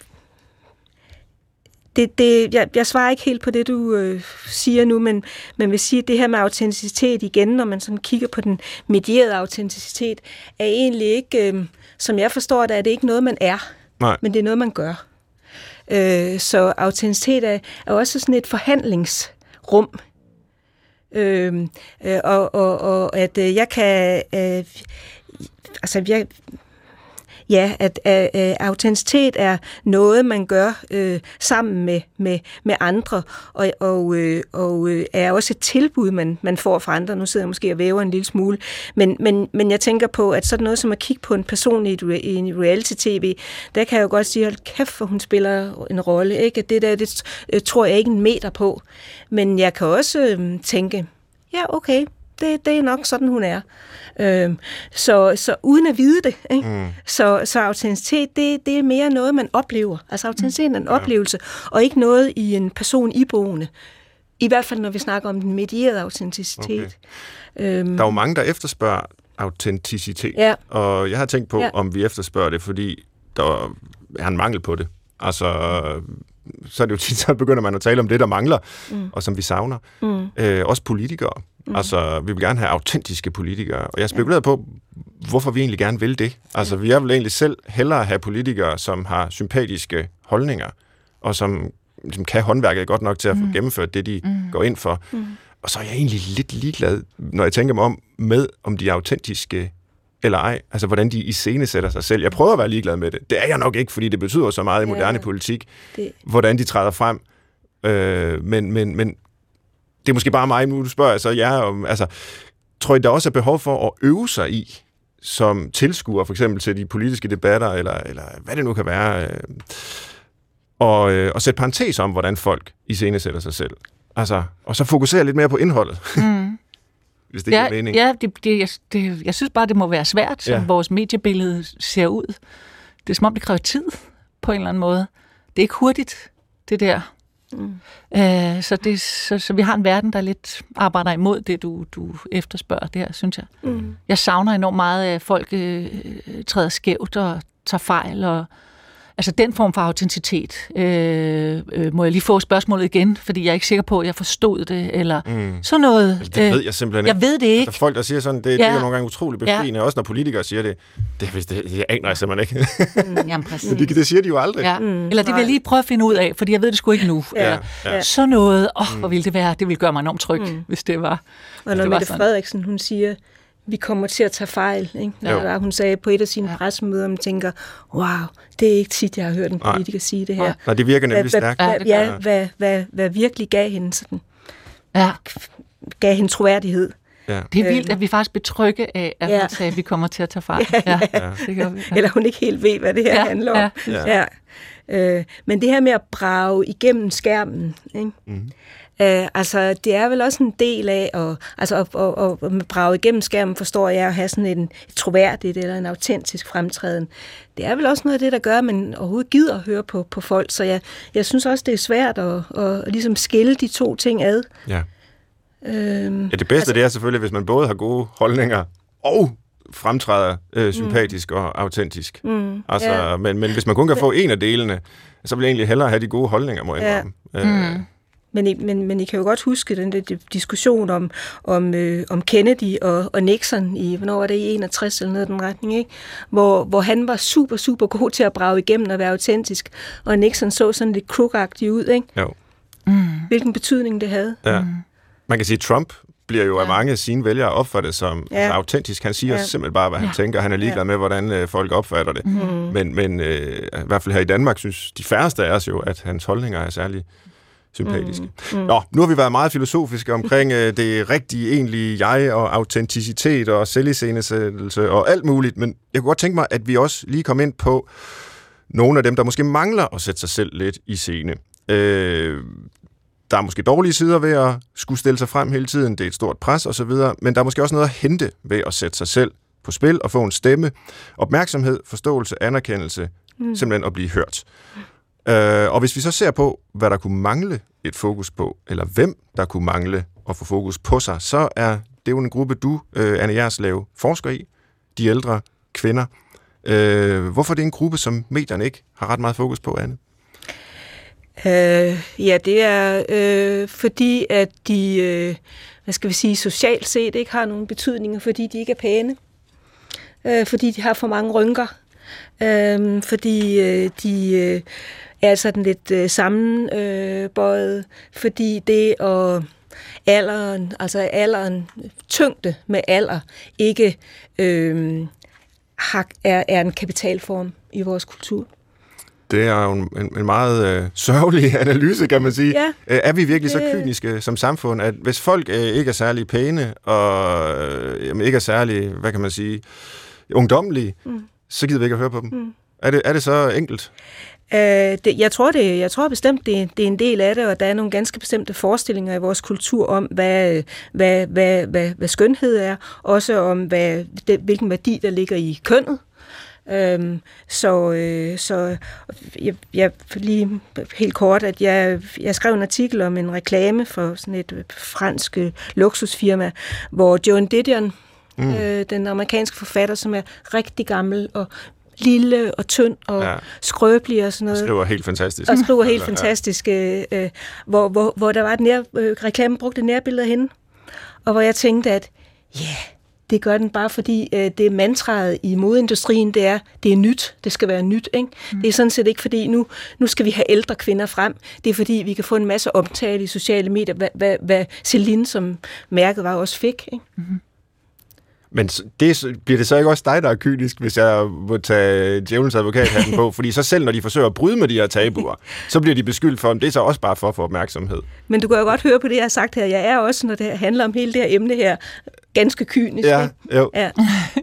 Det, det, jeg, jeg svarer ikke helt på det, du øh, siger nu, men man vil sige, at det her med autenticitet igen, når man sådan kigger på den medierede autenticitet, er egentlig ikke, øh, som jeg forstår det, er det ikke noget, man er, Nej. men det er noget, man gør. Øh, så autenticitet er, er også sådan et forhandlingsrum. Øh, øh, og, og, og at øh, jeg kan... Øh, altså, jeg... ja, at uh, uh, autenticitet er noget, man gør uh, sammen med, med, med andre, og, og, uh, og uh, er også et tilbud, man, man får fra andre. Nu sidder jeg måske og væver en lille smule, men, men, men jeg tænker på, at sådan noget som at kigge på en person i, et, i en reality-tv, der kan jeg jo godt sige, hold kæft, for hun spiller en rolle, ikke? Det der, det uh, tror jeg ikke en meter på, men jeg kan også uh, tænke, ja, okay, det, det er nok sådan, hun er. Øhm, så, så uden at vide det, ikke? Mm. Så, så autenticitet, det, det er mere noget, man oplever. Altså autenticitet er en ja. oplevelse, og ikke noget i en person iboende. I hvert fald, når vi snakker om den medierede autenticitet. Okay. Øhm, der er jo mange, der efterspørger autenticitet, ja. og jeg har tænkt på, ja. om vi efterspørger det, fordi der er en mangel på det. Altså, så er det jo tit, så begynder man at tale om det, der mangler, mm. og som vi savner. Mm. Øh, også politikere. Mm. Altså, vi vil gerne have autentiske politikere. Og jeg spekulerer ja. på, hvorfor vi egentlig gerne vil det. Altså, ja. vi er vel egentlig selv hellere have politikere, som har sympatiske holdninger, og som, som kan håndværket godt nok til at få mm. gennemført det, de mm. går ind for. Mm. Og så er jeg egentlig lidt ligeglad, når jeg tænker mig om, med om de er autentiske eller ej. Altså, hvordan de iscenesætter sig selv. Jeg prøver at være ligeglad med det. Det er jeg nok ikke, fordi det betyder så meget i moderne ja. politik, det. hvordan de træder frem. Øh, men, men, men det er måske bare mig, nu du spørger så jer om, altså, tror I, der også er behov for at øve sig i, som tilskuer for eksempel til de politiske debatter, eller, eller hvad det nu kan være, øh, og, øh, og sætte parentes om, hvordan folk iscenesætter sig selv. Altså, og så fokusere lidt mere på indholdet. Mm. Hvis det ja, giver mening. Ja, det, det, jeg, det, jeg synes bare, det må være svært, som ja. vores mediebillede ser ud. Det er som om, det kræver tid, på en eller anden måde. Det er ikke hurtigt, det der. Mm. Øh, så, det, så, så vi har en verden, der lidt arbejder imod det, du, du efterspørger der, synes jeg. Mm. Jeg savner enormt meget, at folk øh, træder skævt og tager fejl, og altså den form for autenticitet. Øh, øh, må jeg lige få spørgsmålet igen, fordi jeg er ikke sikker på, at jeg forstod det, eller mm. sådan noget. Altså, det ved jeg simpelthen ikke. Jeg ved det ikke. Altså, folk, der siger sådan, det, ja. det er jo nogle gange utroligt befriende, ja. også når politikere siger det. Det, det, det jeg aner jeg simpelthen ikke. Mm, jamen præcis. det, det siger de jo aldrig. Ja. Mm. Eller det vil jeg lige prøve at finde ud af, fordi jeg ved det sgu ikke nu. Ja. Ja. Sådan noget, åh, oh, hvor ville det være, det ville gøre mig enormt tryg, mm. hvis det var. Og når Mette Frederiksen, hun siger, vi kommer til at tage fejl. Ikke? Der, hun sagde på et af sine ja. pressemøder, man tænker, wow, det er ikke tit, jeg har hørt en politiker Nej. sige det her. Nej, det virker nemlig stærkt. Hvad, ja, ja hvad, hvad, hvad virkelig gav hende sådan, ja. gav hende troværdighed. Ja. Det er vildt, at vi faktisk betrygge af, at ja. hun sagde, at vi kommer til at tage fejl. Ja, ja. Ja. Det gør vi, ja. Eller hun ikke helt ved, hvad det her ja. handler om. Ja. Ja. Ja. Øh, men det her med at brage igennem skærmen, ikke? Mm. Uh, altså, det er vel også en del af, og, altså, at, at, at, at brage igennem skærmen, forstår jeg, at have sådan en et troværdigt eller en autentisk fremtræden. Det er vel også noget af det, der gør, at man overhovedet gider at høre på, på folk. Så jeg, jeg synes også, det er svært at, at, at ligesom skille de to ting ad. Ja, øhm, ja det bedste altså, det er selvfølgelig, hvis man både har gode holdninger og fremtræder øh, sympatisk mm. og autentisk. Mm, altså, ja. men, men hvis man kun kan få en af delene, så vil jeg egentlig hellere have de gode holdninger, må jeg indrømme. Ja. Øh, mm. Men I, men, men I kan jo godt huske den der diskussion om, om, øh, om Kennedy og, og Nixon i, hvornår var det, i enogtres eller noget i den retning, ikke? Hvor, hvor han var super, super god til at brage igennem og være autentisk, og Nixon så sådan lidt crookagtig ud, ikke? Jo. Mm. Hvilken betydning det havde. Ja. Mm. Man kan sige, at Trump bliver jo af ja. mange af sine vælgere opfattet som ja. altså, autentisk. Han siger ja. simpelthen bare, hvad han ja. tænker. Han er ligeglad ja. med, hvordan øh, folk opfatter det. Mm. Men, men øh, i hvert fald her i Danmark synes de færreste af os jo, at hans holdninger er særlig sympatiske. Mm. Mm. Nå, nu har vi været meget filosofiske omkring øh, det rigtige, egentlige jeg, og autenticitet, og selviscenesættelse, og alt muligt, men jeg kunne godt tænke mig, at vi også lige kom ind på nogle af dem, der måske mangler at sætte sig selv lidt i scene. Øh, der er måske dårlige sider ved at skulle stille sig frem hele tiden, det er et stort pres og så videre, men der er måske også noget at hente ved at sætte sig selv på spil og få en stemme, opmærksomhed, forståelse, anerkendelse, mm. simpelthen at blive hørt. Uh, og hvis vi så ser på, hvad der kunne mangle et fokus på, eller hvem der kunne mangle at få fokus på sig, så er det jo en gruppe, du, uh, Anne Jerslev, forsker i, de ældre kvinder. Uh, hvorfor er det en gruppe, som medierne ikke har ret meget fokus på, Anne? Uh, ja, det er øh, fordi, at de, øh, hvad skal vi sige, socialt set ikke har nogen betydning, fordi de ikke er pæne. Uh, fordi de har for mange rynker. Uh, fordi øh, de øh, er sådan lidt øh, sammenbøjet, øh, fordi det og alderen, altså alderen, tyngde med alder, ikke øh, har, er, er en kapitalform i vores kultur. Det er jo en, en meget øh, sørgelig analyse, kan man sige. Ja, øh, er vi virkelig det... så kyniske som samfund, at hvis folk øh, ikke er særlig pæne, og øh, jamen, ikke er særlig, hvad kan man sige, ungdommelige, mm. så gider vi ikke at høre på dem? Mm. Er det, er det så enkelt? Uh, det, jeg, tror det, jeg tror bestemt, det, det er en del af det, og der er nogle ganske bestemte forestillinger i vores kultur om, hvad, hvad, hvad, hvad, hvad skønhed er, også om, hvad, det, hvilken værdi der ligger i kønnet. Øhm, så øh, så jeg, jeg lige helt kort, at jeg, jeg skrev en artikel om en reklame for sådan et fransk luksusfirma, hvor Joan Didion, mm. øh, den amerikanske forfatter, som er rigtig gammel og lille og tynd og ja. skrøbelig og sådan noget. Og skriver helt fantastisk. Og skriver helt fantastisk, øh, øh, hvor, hvor, hvor der var et nær, øh, reklamen brugte nærbilleder af hende, og hvor jeg tænkte, at ja, yeah, det gør den bare, fordi øh, det mantraet i modeindustrien, det er, det er nyt, det skal være nyt, ikke? Mm. Det er sådan set ikke, fordi nu, nu skal vi have ældre kvinder frem. Det er, fordi vi kan få en masse omtale i sociale medier, hvad, hvad, hvad Celine, som mærket var, også fik, ikke? Mm-hmm. Men det, bliver det så ikke også dig, der er kynisk, hvis jeg må tage djævelens advokathatten på? Fordi så selv, når de forsøger at bryde med de her tabuer, så bliver de beskyldt for, om det er så også bare for at få opmærksomhed. Men du kan jo godt høre på det, jeg har sagt her. Jeg er også, når det handler om hele det her emne her, ganske kynisk. Ja, jo. Ja.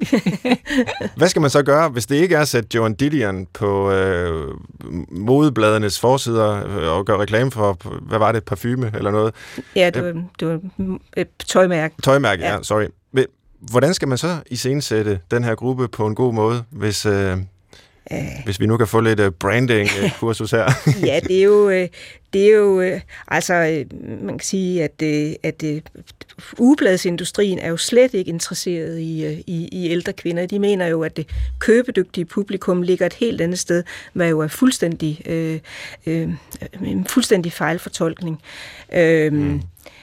Hvad skal man så gøre, hvis det ikke er at sætte Joan Didion på øh, modebladernes forsider og gøre reklame for, hvad var det, parfume eller noget? Ja, det var, det var et tøjmærke. Tøjmærke, ja, ja sorry. Hvordan skal man så iscenesætte den her gruppe på en god måde, hvis, øh, øh. hvis vi nu kan få lidt uh, branding-kursus her? Ja, det er jo, det er jo altså, man kan sige, at, at ugebladsindustrien er jo slet ikke interesseret i, i, i ældre kvinder. De mener jo, at det købedygtige publikum ligger et helt andet sted, hvad jo er fuldstændig, øh, øh, en fuldstændig fejlfortolkning. Øh, mm.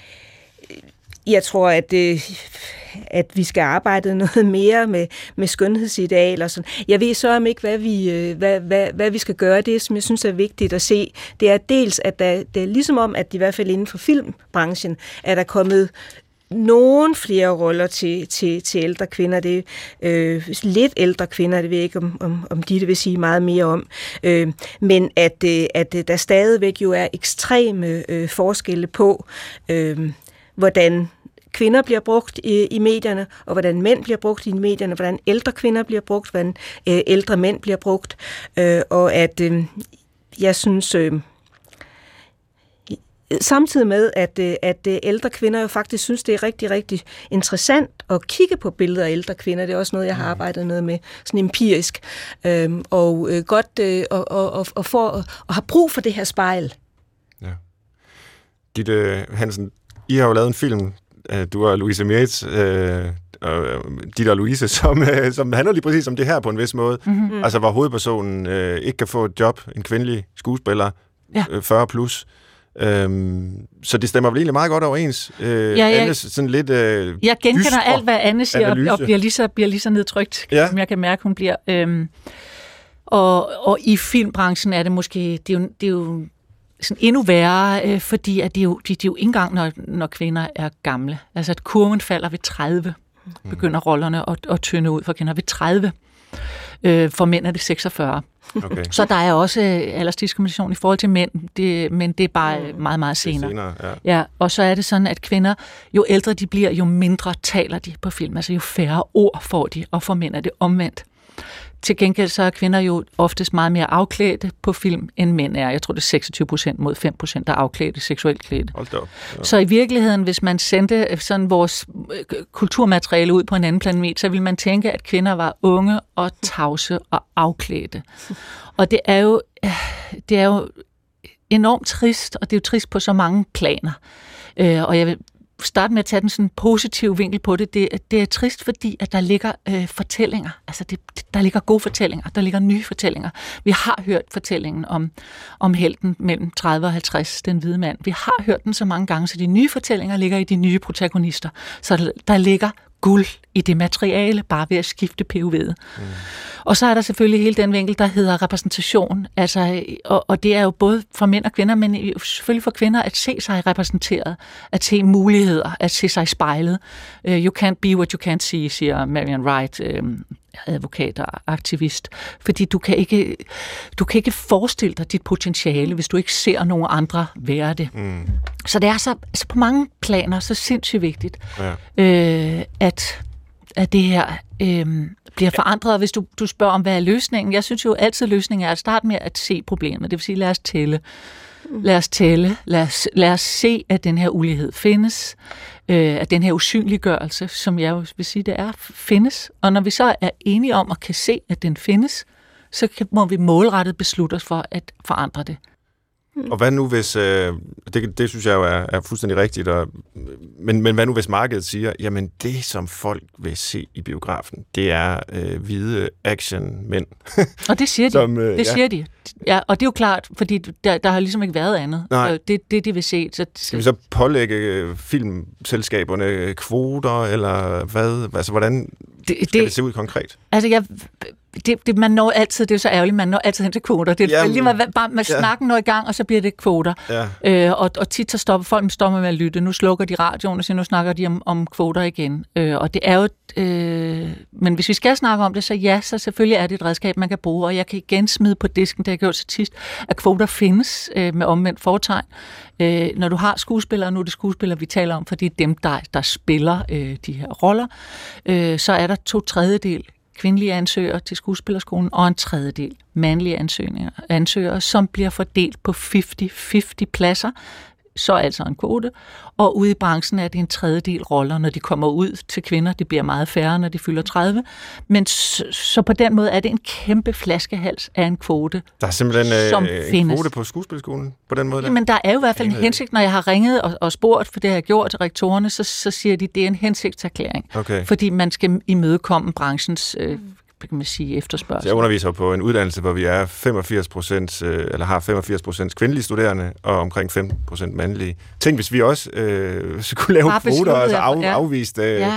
Jeg tror, at det at vi skal arbejde noget mere med, med skønhedsidealer. Sådan. Jeg ved så om ikke, hvad vi, hvad, hvad, hvad vi skal gøre. Det, som jeg synes er vigtigt at se, det er dels, at der, det er ligesom om, at i hvert fald inden for filmbranchen, er der kommet nogle flere roller til, til, til ældre kvinder. Det er øh, lidt ældre kvinder, det ved jeg ikke, om, om, om de det vil sige meget mere om. Øh, men at, at der stadigvæk jo er ekstreme øh, forskelle på, øh, hvordan kvinder bliver brugt i, i medierne, og hvordan mænd bliver brugt i medierne, hvordan ældre kvinder bliver brugt, hvordan øh, ældre mænd bliver brugt, øh, og at øh, jeg synes, øh, samtidig med, at, øh, at ældre kvinder jo faktisk synes, det er rigtig, rigtig interessant at kigge på billeder af ældre kvinder. Det er også noget, jeg har arbejdet noget med, sådan empirisk, øh, og øh, godt øh, og, og, og, og, for, og har brug for det her spejl. Ja. Ditte Hansen, I har jo lavet en film, du og Louise Mietz, øh, og Ditte og Louise, som, øh, som handler lige præcis om det her på en vis måde. Mm-hmm. Altså, hvor hovedpersonen øh, ikke kan få et job, en kvindelig skuespiller, ja. øh, fyrre plus. Øhm, så det stemmer vel egentlig meget godt overens. Øh, ja, jeg, Annes sådan lidt øh, jeg genkender alt, hvad Anne siger, og, og bliver lige så, bliver lige så nedtrykt, ja. som jeg kan mærke, hun bliver. Øhm, og, og i filmbranchen er det måske, det er jo, det er jo sådan endnu værre, øh, fordi at det er jo, de, de er jo ikke engang, når, når kvinder er gamle. Altså, at kurven falder ved tredive, mm. begynder rollerne at, at tynde ud for kvinder ved tredive. Øh, for mænd er det seksogfyrre. Okay. Så der er også aldersdiskrimination i forhold til mænd, det, men det er bare mm. meget, meget senere. senere ja. Ja, og så er det sådan, at kvinder, jo ældre de bliver, jo mindre taler de på film. Altså jo færre ord får de, og for mænd er det omvendt. Til gengæld så er kvinder jo oftest meget mere afklædte på film, end mænd er. Jeg tror, det er seksogtyve procent mod fem procent, der er afklædte, seksuelt klædte. Ja. Så i virkeligheden, hvis man sendte sådan vores kulturmateriale ud på en anden planet, så ville man tænke, at kvinder var unge og tavse og afklædte. Og det er jo, det er jo enormt trist, og det er jo trist på så mange planer. Og jeg vil starte med at tage den sådan positiv vinkel på det. Det, det er trist, fordi at der ligger øh, fortællinger. Altså, det, der ligger gode fortællinger. Der ligger nye fortællinger. Vi har hørt fortællingen om, om helten mellem tredive og halvtreds, den hvide mand. Vi har hørt den så mange gange, så de nye fortællinger ligger i de nye protagonister. Så der, der ligger guld i det materiale, bare ved at skifte P O V'et. Mm. Og så er der selvfølgelig hele den vinkel, der hedder repræsentation. Altså, og, og det er jo både for mænd og kvinder, men selvfølgelig for kvinder at se sig repræsenteret, at se muligheder, at se sig i spejlet. Uh, you can't be what you can't see, siger Marian Wright. Uh, advokat og aktivist, fordi du kan ikke, du kan ikke forestille dig dit potentiale, hvis du ikke ser nogen andre være det. Mm. Så det er så altså på mange planer så sindssygt vigtigt, ja. øh, at, at det her øh, bliver forandret. Og hvis du, du spørger om, hvad er løsningen? Jeg synes jo altid, løsningen er at starte med at se problemet. Det vil sige, lad os tælle. Lad os tælle. Lad os, lad os se, at den her ulighed findes. Øh, at den her usynliggørelse, som jeg jo vil sige, det er, findes. Og når vi så er enige om og kan se, at den findes, så kan, må vi målrettet beslutte os for at forandre det. Og hvad nu hvis, øh, det, det synes jeg jo er, er fuldstændig rigtigt, og, men, men hvad nu hvis markedet siger, jamen det som folk vil se i biografen, det er øh, hvide action-mænd. Og det siger de, som, øh, det ja. siger de. Ja, og det er jo klart, fordi der, der har ligesom ikke været andet. Nej. Det det, de vil se. Så, skal vi så pålægge filmselskaberne kvoter, eller hvad? Altså hvordan det, skal det, det se ud konkret? Altså jeg... Det, det, man når altid, det er så ærgerligt, man når altid hen til kvoter. Det er Jamen, lige meget, bare med ja. snakken når i gang, og så bliver det kvoter. Ja. Øh, og, og tit så stopper folk stopper med at lytte. Nu slukker de radioen, og så nu snakker de om, om kvoter igen. Øh, og det er jo... Øh, men hvis vi skal snakke om det, så ja, så selvfølgelig er det et redskab, man kan bruge. Og jeg kan igen smide på disken, det jeg gjort til sidst, at kvoter findes øh, med omvendt fortegn. Øh, når du har skuespillere, nu er det skuespillere, vi taler om, for det er dem, der, der spiller øh, de her roller, øh, så er der to tredjedel kvindelige ansøgere til skuespillerskolen, og en tredjedel mandlige ansøgninger, ansøgere, som bliver fordelt på halvtreds halvtreds pladser, så altså en kvote, og ude i branchen er det en tredjedel roller, når de kommer ud til kvinder. Det bliver meget færre, når de fylder tredive, men så, så på den måde er det en kæmpe flaskehals af en kvote, der er simpelthen som øh, en findes. Kvote på skuespillerskolen på den måde? Der. Men der er jo i hvert fald en hensigt, når jeg har ringet og, og spurgt, for det har jeg gjort til rektorerne, så, så siger de, det er en hensigtserklæring, okay. fordi man skal imødekomme branchens øh, kan man sige, efterspørgsel. Jeg underviser på en uddannelse, hvor vi er femogfirs procent, eller har femogfirs procent kvindelige studerende, og omkring femten procent mandlige. Tænk, hvis vi også øh, skulle lave kvoter, altså af, ja. afvist... Øh, ja.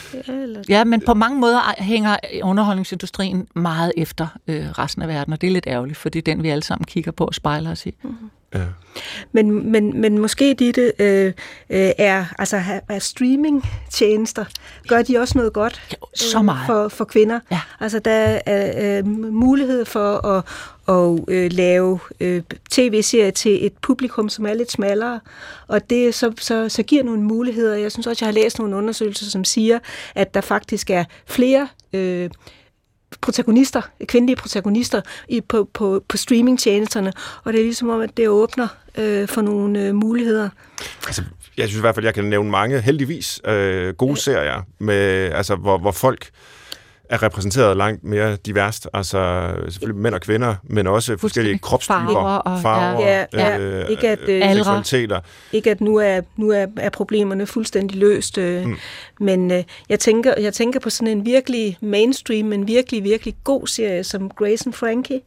ja, men på mange måder hænger underholdningsindustrien meget efter øh, resten af verden, og det er lidt ærgerligt, for det er den, vi alle sammen kigger på og spejler os i. Mm-hmm. Ja. Men, men, men måske Ditte, øh, er, altså, er streaming-tjenester, gør de også noget godt jo, så meget. Øh, for, for kvinder? Ja. Altså, der er øh, mulighed for at, at øh, lave øh, tv-serier til et publikum, som er lidt smallere, og det så, så, så giver nogle muligheder. Jeg synes også, jeg har læst nogle undersøgelser, som siger, at der faktisk er flere øh, protagonister, kvindelige protagonister i, på, på, på streamingtjenesterne, og det er ligesom om, at det åbner øh, for nogle øh, muligheder. Altså, jeg synes i hvert fald, jeg kan nævne mange, heldigvis, øh, gode serier, med, altså, hvor, hvor folk er repræsenteret langt mere diverst, altså selvfølgelig mænd og kvinder, men også forskellige kropstyper, farver, farver ja, ja, øh, ikke at, øh, seksualiteter. Ikke at nu er, nu er, er problemerne fuldstændig løst, øh, mm. men øh, jeg, tænker, jeg tænker på sådan en virkelig mainstream, men virkelig, virkelig god serie som Grace and Frankie,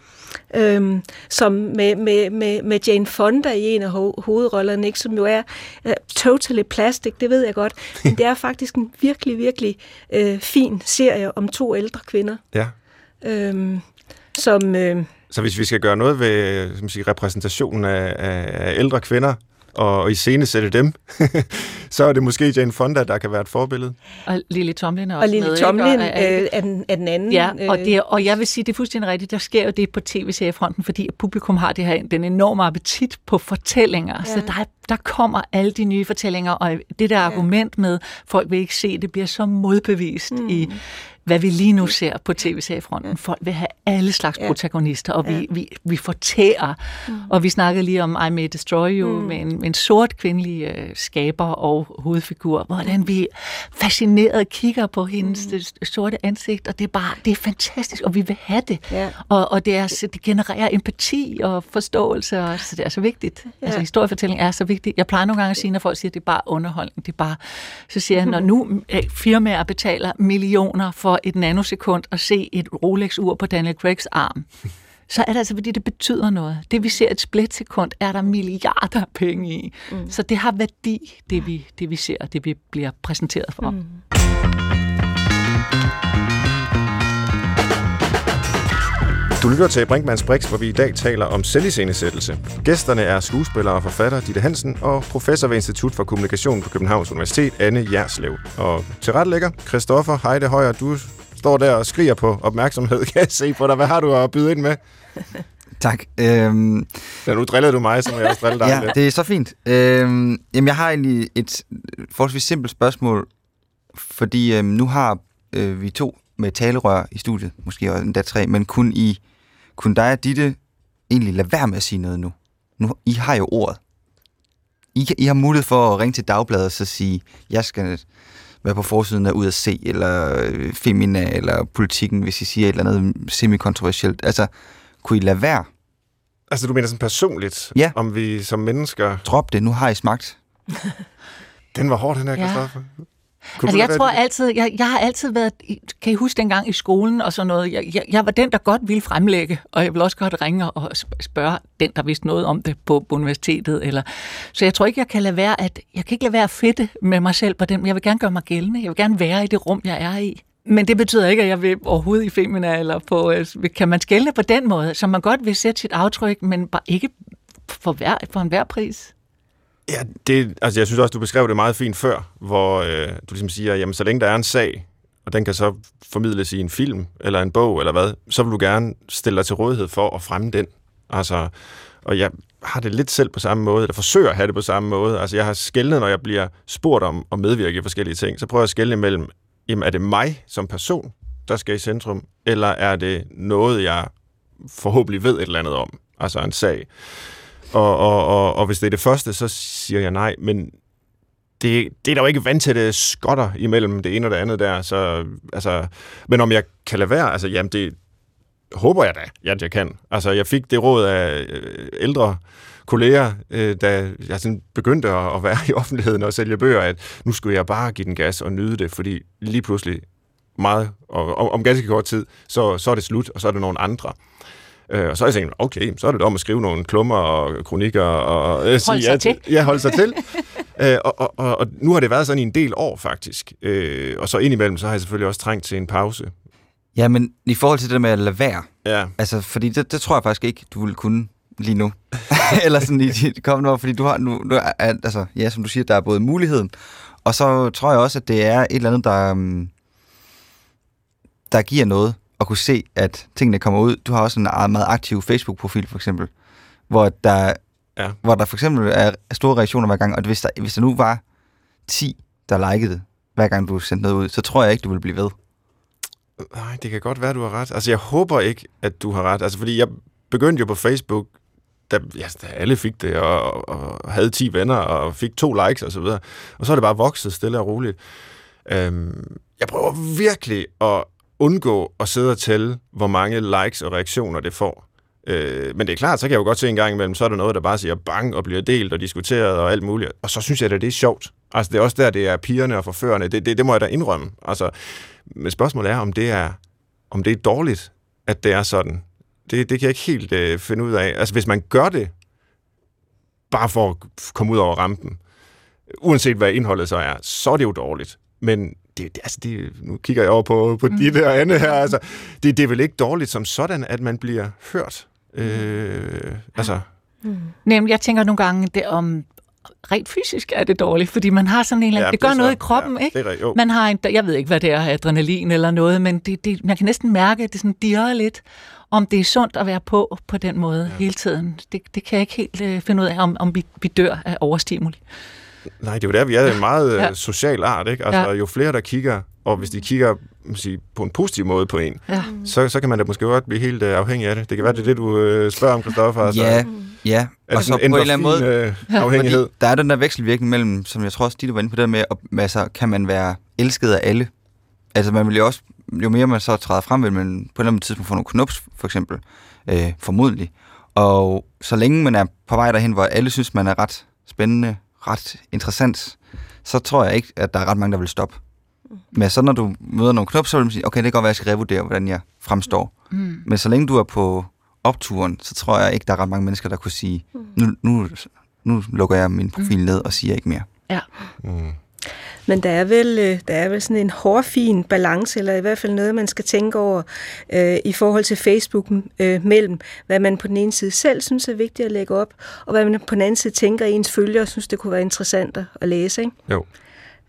Øhm, som med, med, med, med Jane Fonda i en af ho- hovedrollerne, ikke, som jo er uh, totally plastic, det ved jeg godt, men det er faktisk en virkelig, virkelig øh, fin serie om to ældre kvinder. Ja. Øhm, som, øh, Så hvis vi skal gøre noget ved som siger, repræsentationen af, af ældre kvinder, og iscenesætte dem, så er det måske Jane Fonda, der kan være et forbillede. Og Lily Tomlin er også og Lily med. Tomlin øh, er, den, er den anden. Ja, og, det er, og jeg vil sige, det er fuldstændig rigtigt, der sker jo det på tv-seriefronten, fordi publikum har det her, den enorme appetit på fortællinger, ja. Så der, der kommer alle de nye fortællinger, og det der ja. argument med, folk vil ikke se, det bliver så modbevist mm. i hvad vi lige nu ser på tv-seriefronten. Ja. Folk vil have alle slags ja. protagonister, og vi, ja. vi, vi fortærer. Mm. Og vi snakkede lige om I May Destroy You, mm. med en, en sort kvindelig øh, skaber og hovedfigur, hvordan vi fascineret kigger på hendes mm. sorte ansigt, og det er bare, det er fantastisk, og vi vil have det. Ja. Og, og det, er, det genererer empati og forståelse, og så det er så vigtigt. Ja. Altså historiefortælling er så vigtigt. Jeg plejer nogle gange at sige, når folk siger, at det er bare underholdning, det er bare, så siger jeg, når nu firmaer betaler millioner for et nanosekund at se et Rolex-ur på Daniel Craigs arm, så er det altså, fordi det betyder noget. Det, vi ser et splitsekund, er der milliarder af penge i. Mm. Så det har værdi, det vi, det vi ser, det vi bliver præsenteret for. Mm. Du lytter til Brinkmanns Brix, hvor vi i dag taler om selviscenesættelse. Gæsterne er skuespiller og forfatter Ditte Hansen og professor ved Institut for Kommunikation på Københavns Universitet, Anne Jerslev. Og tilrettelægger Christoffer Heide Højer, du står der og skriger på opmærksomhed, kan jeg se på dig. Hvad har du at byde ind med? Tak. Øhm, ja, nu drillede du mig, så må jeg også drille dig ja, lidt. Det er så fint. Øhm, jamen, jeg har egentlig et forholdsvis simpelt spørgsmål, fordi øhm, nu har øh, vi to med talerør i studiet, måske også endda tre, men kun I, kun dig og Ditte egentlig lade være med at sige noget nu. Nu I har jo ordet. I, I har mulighed for at ringe til Dagbladet og så sige, jeg skal være på forsiden af Ud at Se, eller Femina, eller Politikken, hvis I siger et eller andet semi-kontroversielt. Altså, kunne I lade være? Altså, du mener sådan personligt, ja. Om vi som mennesker... Drop det, nu har I smagt. Den var hård, den her, Christoffer. Ja. Altså, jeg tror altid, jeg, jeg har altid været, kan I huske dengang i skolen og sådan noget, jeg, jeg, jeg var den, der godt ville fremlægge, og jeg vil også godt ringe og spørge den, der vidste noget om det på, på universitetet. Eller. Så jeg tror ikke, jeg kan lade være at, jeg kan ikke lade være at fedte med mig selv på den, men jeg vil gerne gøre mig gældende, jeg vil gerne være i det rum, jeg er i. Men det betyder ikke, at jeg vil overhovedet i Femina, eller på, kan man skelne på den måde, så man godt vil sætte sit aftryk, men bare ikke for, hver, for enhver pris. Ja, det, altså jeg synes også, du beskrev det meget fint før, hvor øh, du ligesom siger, jamen så længe der er en sag, og den kan så formidles i en film, eller en bog, eller hvad, så vil du gerne stille dig til rådighed for at fremme den. Altså, og jeg har det lidt selv på samme måde, eller forsøger at have det på samme måde. Altså jeg har skelnet, når jeg bliver spurgt om at medvirke i forskellige ting, så prøver jeg at skelne imellem, jamen er det mig som person, der skal i centrum, eller er det noget, jeg forhåbentlig ved et eller andet om, altså en sag. Og, og, og, og hvis det er det første, så siger jeg nej, men det, det er der jo ikke vandtætte skotter imellem det ene og det andet der, så, altså, men om jeg kan lade være, altså, jamen det håber jeg da, at jeg kan. Altså, jeg fik det råd af ældre kolleger, da jeg sådan begyndte at være i offentligheden og sælge bøger, at nu skulle jeg bare give den gas og nyde det, fordi lige pludselig meget, og om, om ganske kort tid, så, så er det slut, og så er det nogle andre. Øh, og så er jeg tænkt, okay, så er det om at skrive nogle klummer og kronikker og øh, sige ja til. Ja, holde sig til. øh, og, og, og, og nu har det været sådan i en del år, faktisk. Øh, og så indimellem, så har jeg selvfølgelig også trængt til en pause. Ja, men i forhold til det med at lade være, ja. Altså, fordi det, det tror jeg faktisk ikke, du ville kunne lige nu. Eller sådan i de kommende år, fordi du har nu, du er, altså, ja, som du siger, der er både muligheden, og så tror jeg også, at det er et eller andet, der, der giver noget, at kunne se, at tingene kommer ud. Du har også en meget aktiv Facebook-profil, for eksempel, hvor der, ja. hvor der for eksempel er store reaktioner hver gang, og hvis der, hvis der nu var ti, der likede hver gang du sendte noget ud, så tror jeg ikke, du vil blive ved. Nej, det kan godt være, du har ret. Altså, jeg håber ikke, at du har ret. Altså, fordi jeg begyndte jo på Facebook, da, ja, da alle fik det, og, og havde ti venner, og fik to likes, og så videre. Og så er det bare vokset stille og roligt. Øhm, jeg prøver virkelig at undgå at sidde og tælle, hvor mange likes og reaktioner det får. Øh, men det er klart, så kan jeg jo godt se en gang imellem, så er der noget, der bare siger bang, og bliver delt og diskuteret og alt muligt. Og så synes jeg, at det er sjovt. Altså, det er også der, det er pigerne og forførerne. Det, det, det må jeg da indrømme. Altså, men spørgsmålet er, om det er, om det er dårligt, at det er sådan. Det, det kan jeg ikke helt øh, finde ud af. Altså, hvis man gør det, bare for at komme ud over rampen, uanset hvad indholdet så er, så er det jo dårligt. Men det, det, altså det, nu kigger jeg over på, på mm. de der andre her. Altså, det, det er vel ikke dårligt som sådan, at man bliver hørt. Øh, altså. Mm. Nem, jeg tænker nogle gange, det om rent fysisk er det dårligt, fordi man har sådan en eller anden, ja, det gør det noget i kroppen, ja, ikke? Det er, man har en, jeg ved ikke, hvad det er, adrenalin eller noget, men det, det, man kan næsten mærke, at det sådan dirrer lidt, om det er sundt at være på på den måde ja. hele tiden. Det, det kan jeg ikke helt uh, finde ud af, om, om vi, vi dør af overstimuli. Nej, det er jo der, vi er en meget ja. social art, ikke? Altså, ja. jo flere, der kigger, og hvis de kigger sige, på en positiv måde på en, ja. så, så kan man da måske godt blive helt uh, afhængig af det. Det kan være, det er det, du uh, spørger om, Christoffer. Altså, ja, ja. Og så på en eller anden måde, uh, afhængighed. Der er den der vekselvirkning mellem, som jeg tror også, de var inde på det med, at, altså, kan man være elsket af alle? Altså, man vil jo også, jo mere man så træder frem, vil man på en eller anden tidspunkt få nogle knups, for eksempel, øh, formodentlig. Og så længe man er på vej derhen, hvor alle synes, man er ret spændende, ret interessant, så tror jeg ikke, at der er ret mange, der vil stoppe. Men så når du møder nogle knop, så vil man sige, okay, det kan godt være, at jeg skal revurdere, hvordan jeg fremstår. Mm. Men så længe du er på opturen, så tror jeg ikke, der er ret mange mennesker, der kunne sige, nu, nu, nu lukker jeg min profil ned og siger ikke mere. Ja. Mm. Men der er vel, der er vel sådan en hårfin balance, eller i hvert fald noget, man skal tænke over øh, i forhold til Facebook øh, mellem, hvad man på den ene side selv synes er vigtigt at lægge op, og hvad man på den anden side tænker, ens følgere synes, det kunne være interessant at læse, ikke? Jo.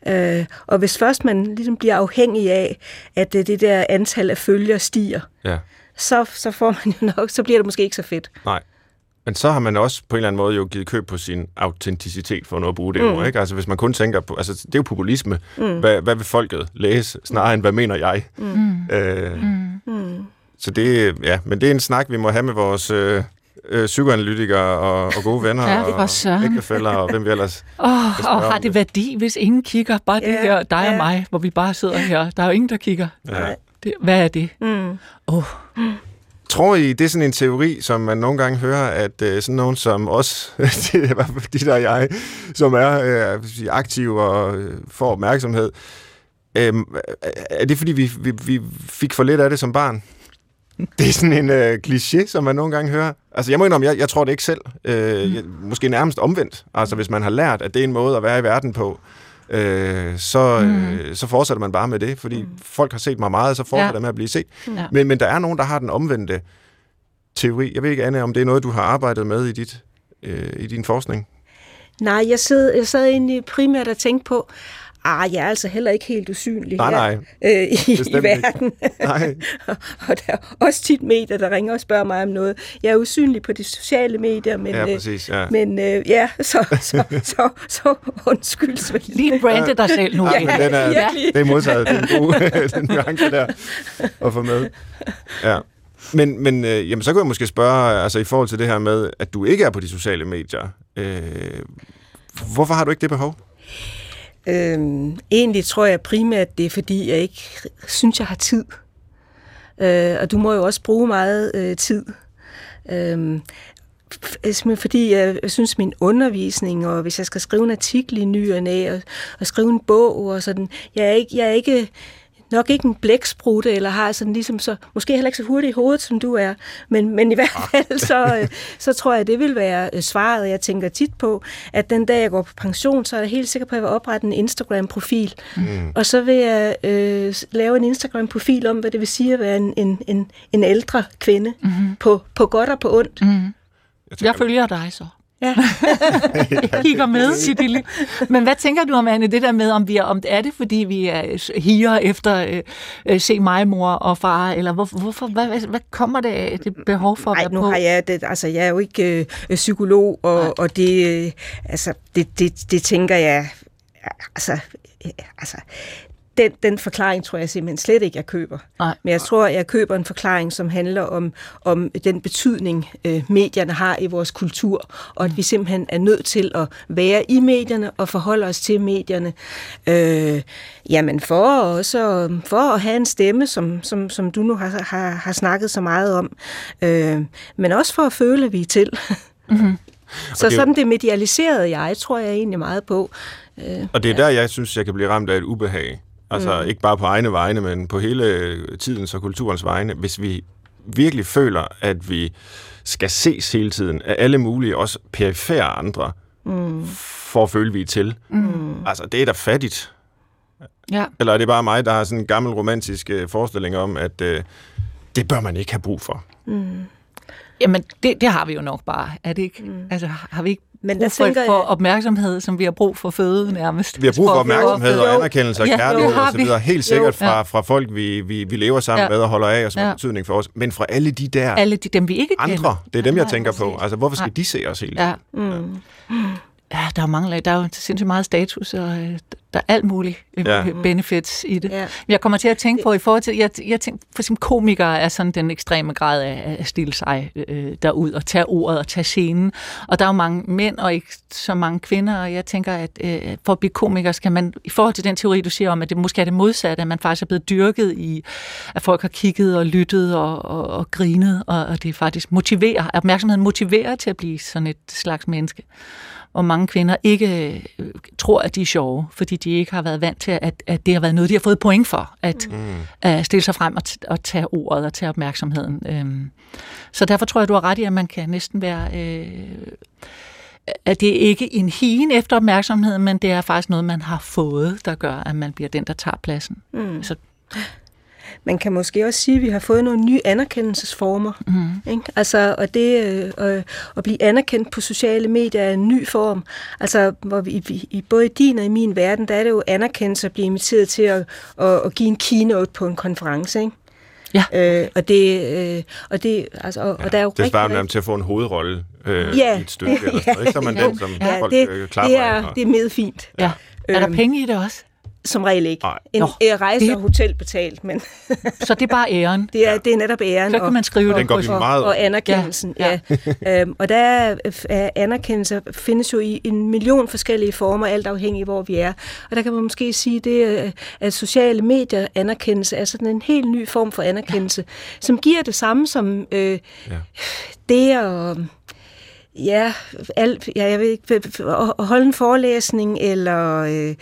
Øh, og hvis først man ligesom bliver afhængig af, at det, det der antal af følgere stiger, Ja. så, så får man jo nok, så bliver det måske ikke så fedt. Nej. Men så har man også på en eller anden måde jo givet køb på sin autenticitet, for noget at bruge det mm. ord, ikke? Altså hvis man kun tænker på, altså det er jo populisme. Mm. Hvad, hvad vil folket læse, snarere end hvad mener jeg? Mm. Øh, mm. Så det, ja, men det er en snak, vi må have med vores øh, øh, psykoanalytikere og, og gode venner ja, og ægtefæller og hvem vi ellers. Åh, oh, og har det værdi, hvis ingen kigger? Bare det yeah, her, dig yeah. og mig, hvor vi bare sidder her. Der er jo ingen, der kigger. Ja. Det, hvad er det? Mm. Oh. Tror I, det er sådan en teori, som man nogle gange hører, at øh, sådan nogen som os, det er i hvert fald de der jeg, som er øh, aktive og øh, får opmærksomhed, øh, er det fordi, vi, vi, vi fik for lidt af det som barn? Det er sådan en øh, kliché, som man nogle gange hører. Altså, jeg må indrømme, jeg, jeg tror det ikke selv. Øh, jeg, måske nærmest omvendt. Altså, hvis man har lært, at det er en måde at være i verden på, øh, så, mm. øh, så fortsætter man bare med det, fordi mm. folk har set mig meget, så fortsætter ja. med at blive set. Ja. Men, men der er nogen, der har den omvendte teori. Jeg ved ikke, Anne, om det er noget, du har arbejdet med i, dit, øh, i din forskning? Nej, jeg sad, jeg sad egentlig primært og tænkte på, ah, jeg er altså heller ikke helt usynlig nej, nej. her øh, i, i verden. Nej. Og der er også tit medier, der ringer og spørger mig om noget. Jeg er usynlig på de sociale medier, men, ja, præcis, ja. Øh, men øh, ja, så, så, så, så undskyld. Så lige brande dig selv nu. Ja, ja, den er, ja. Det er modtaget, den gode den nuance der at få med. Ja. Men, men øh, jamen, så kan jeg måske spørge, altså i forhold til det her med, at du ikke er på de sociale medier. Øh, hvorfor har du ikke det behov? Øhm, egentlig tror jeg primært, det er fordi, jeg ikke synes, jeg har tid. Øh, og du må jo også bruge meget øh, tid. Øh, fordi jeg synes, min undervisning, og hvis jeg skal skrive en artikel i ny og næ, og, og skrive en bog, og sådan, jeg er ikke... Jeg er ikke nok ikke en blæksprutte, eller har sådan ligesom så, måske heller ikke så hurtigt i hovedet, som du er, men, men i hvert fald, så, så tror jeg, det vil være svaret. Jeg tænker tit på, at den dag, jeg går på pension, så er jeg helt sikker på, at jeg vil oprette en Instagram-profil. Mm. Og så vil jeg øh, lave en Instagram-profil om, hvad det vil sige at være en, en, en, en ældre kvinde, mm-hmm. på, på godt og på ondt. Mm. Jeg, jeg følger dig så. Ja. Jeg kigger med i det liv. Men hvad tænker du om, Anne, det der med, om vi er, om er det, fordi vi er higer efter øh, se mig, mor og far, eller hvor, hvorfor, hvad, hvad kommer det af, det behov for at Ej, være nu på? har jeg, det, altså jeg er jo ikke øh, psykolog, og, og det, øh, altså, det, det, det tænker jeg, altså, øh, altså Den, den forklaring tror jeg simpelthen slet ikke, jeg køber. Nej. Men jeg tror, jeg køber en forklaring, som handler om, om den betydning, øh, medierne har i vores kultur, og at vi simpelthen er nødt til at være i medierne og forholde os til medierne. Øh, jamen for også for at have en stemme, som, som, som du nu har, har, har snakket så meget om, øh, men også for at føle, at vi er til. Mm-hmm. Så det sådan det medialiserede jeg, tror jeg egentlig meget på. Øh, og det er der, jeg synes, jeg kan blive ramt af et ubehag. Altså mm. ikke bare på egne vegne, men på hele tidens og kulturens vegne. Hvis vi virkelig føler, at vi skal ses hele tiden af alle mulige, også perifære andre, mm. for at føle, vi er til. Mm. Altså, det er da fattigt. Ja. Eller er det bare mig, der har sådan en gammel romantisk forestilling om, at øh, det bør man ikke have brug for? Mm. Jamen, det, det har vi jo nok bare, er det ikke? Mm. Altså, har vi ikke Men brug for, for opmærksomhed, som vi har brug for føde nærmest? Vi har brug for opmærksomhed og anerkendelse og ja, kærlighed og så videre. Helt sikkert fra, fra folk, vi, vi, vi lever sammen ja. med og holder af, og som ja. har betydning for os. Men fra alle de der alle de, dem, vi ikke andre, kender. Det er dem, jeg tænker på. Altså, hvorfor skal ja. de se os hele tiden? Ja. Mm. Ja, der er mange, der er jo sindssygt meget status, og der er alt muligt ja. benefits i det. Ja. Jeg kommer til at tænke på, i forhold til, jeg, jeg tænker, for eksempel komikere er sådan den ekstreme grad af at stille sig øh, derud og tage ordet og tage scenen. Og der er jo mange mænd og ikke så mange kvinder, og jeg tænker, at øh, for at blive komiker skal man, i forhold til den teori, du siger om, at det måske er det modsatte, at man faktisk er blevet dyrket i, at folk har kigget og lyttet og, og, og grinet, og, og det faktisk motiverer, opmærksomheden motiverer til at blive sådan et slags menneske. Og mange kvinder ikke øh, tror, at de er sjove, fordi de ikke har været vant til, at, at det har været noget, de har fået point for, at, mm. at stille sig frem og, t- og tage ordet og tage opmærksomheden. Øhm, så derfor tror jeg, du har ret i, at man kan næsten være... Øh, at det ikke er en higen efter opmærksomhed, men det er faktisk noget, man har fået, der gør, at man bliver den, der tager pladsen. Mm. Så man kan måske også sige, at vi har fået nogle nye anerkendelsesformer. Mm. Ikke? Altså, og det øh, at blive anerkendt på sociale medier er en ny form. Altså, hvor vi, i, både i din og i min verden, der er det jo anerkendelse at blive inviteret til at, at, at give en keynote på en konference, ikke? Ja. Øh, og det, øh, og det, altså, og, ja, og der er jo det svarer rigtig, man til at få en hovedrolle øh, ja. i et stykke, eller sådan noget, ikke? Så er man ja. den, som ja, folk det, øh, klapper det af. er, det er med fint. Ja. Er der penge i det også? Som regel ikke. Nej. En Nå, Nå, rejse det- og hotel betalt, men Så det er bare æren. det er, det er netop æren Så kan man skrive Den det går på vi for. meget op. og anerkendelsen. Ja, Ja. øhm, og der er, er anerkendelser findes jo i en million forskellige former, alt afhængig af, hvor vi er. Og der kan man måske sige, det, at sociale medier anerkendelse er sådan en helt ny form for anerkendelse, ja. som giver det samme som øh, Ja. det at ja, alt, ja, jeg ved ikke, at holde en forelæsning, eller øh,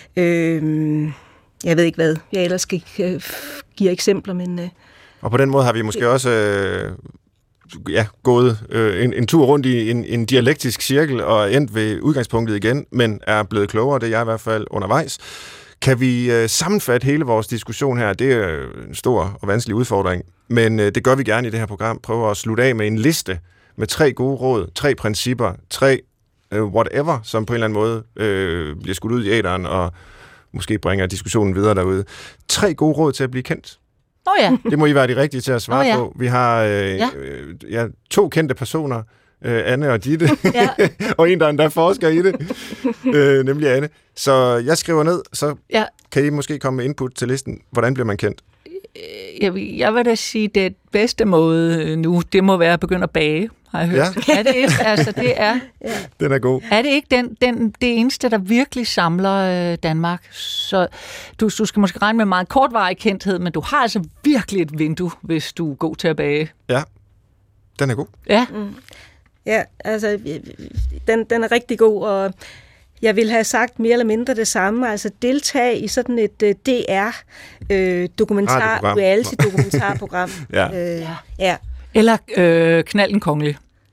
øh, jeg ved ikke hvad, jeg ellers skal øh, give eksempler, men... Øh, Og på den måde har vi måske også øh, ja, gået øh, en, en tur rundt i en, en dialektisk cirkel og endt ved udgangspunktet igen, men er blevet klogere, det er jeg i hvert fald undervejs. Kan vi øh, sammenfatte hele vores diskussion her? Det er en stor og vanskelig udfordring, men øh, det gør vi gerne i det her program. Prøver at slutte af med en liste med tre gode råd, tre principper, tre øh, whatever, som på en eller anden måde øh, bliver skudt ud i æteren og måske bringer diskussionen videre derude. Tre gode råd til at blive kendt. Nå ja. Det må I være de rigtige til at svare Nå ja. på. Vi har øh, Ja. øh, ja, to kendte personer, øh, Anne og Ditte, Ja. og en, der endda forsker i det, øh, nemlig Anne. Så jeg skriver ned, så Ja. kan I måske komme med input til listen. Hvordan bliver man kendt? Jeg, vil- jeg vil da sige, at det bedste måde nu, det må være at begynde at bage, har jeg hørt. Ja. Er det ikke, altså det er, Den er god. er det ikke den, den, det eneste, der virkelig samler øh, Danmark? Så du, du skal måske regne med meget kortvarig kendthed, men du har altså virkelig et vindue, hvis du er god til at bage. Ja, den er god. Ja, Ja, altså, den, den er rigtig god, og jeg vil have sagt mere eller mindre det samme. Altså, deltage i sådan et uh, D R-dokumentar, Radioprogram. reality-dokumentarprogram. Ja. øh, ja. eller øh, knald en kongelig.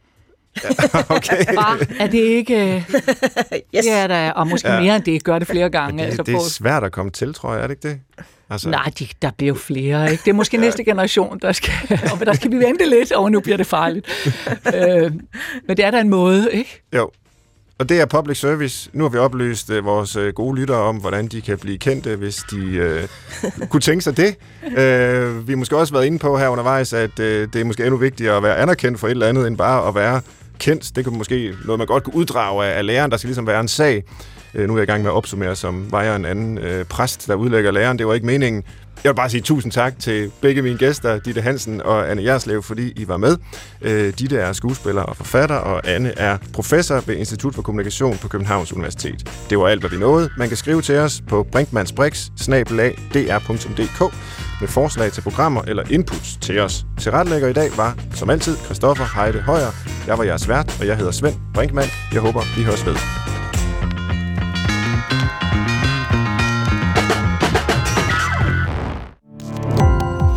Okay. Bare, er det ikke... Øh, Yes. det er der, og måske Ja. mere end det, gør det flere gange. Det, altså det på, er svært at komme til, tror jeg, er det ikke det? Altså, nej, de, der bliver jo flere, ikke? Det er måske næste generation, der skal... Og der skal vi vente lidt, og nu bliver det farligt. øh, men det er der en måde, ikke? Jo. Og det er public service. Nu har vi oplyst uh, vores uh, gode lyttere om, hvordan de kan blive kendte, hvis de uh, kunne tænke sig det. Uh, vi har måske også været inde på her undervejs, at uh, det er måske endnu vigtigere at være anerkendt for et eller andet, end bare at være kendt. Det kan måske noget, man godt kunne uddrage af, af læreren. Der skal ligesom være en sag. Uh, nu er jeg i gang med at opsummere, som var jeg en anden uh, præst, der udlægger læreren. Det var ikke meningen. Jeg vil bare sige tusind tak til begge mine gæster, Ditte Hansen og Anne Jerslev, fordi I var med. Øh, Ditte er skuespiller og forfatter, og Anne er professor ved Institut for Kommunikation på Københavns Universitet. Det var alt, hvad vi nåede. Man kan skrive til os på brinkmannsbrix snabel-a d r punktum d k med forslag til programmer eller inputs til os. Tilrettelægger i dag var, som altid, Christoffer Heide Højer. Jeg var jeres vært, og jeg hedder Svend Brinkmann. Jeg håber, vi høres ved.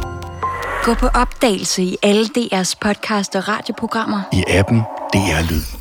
Gå på opdagelse i alle D R's podcast og radioprogrammer. I appen D R Lyd.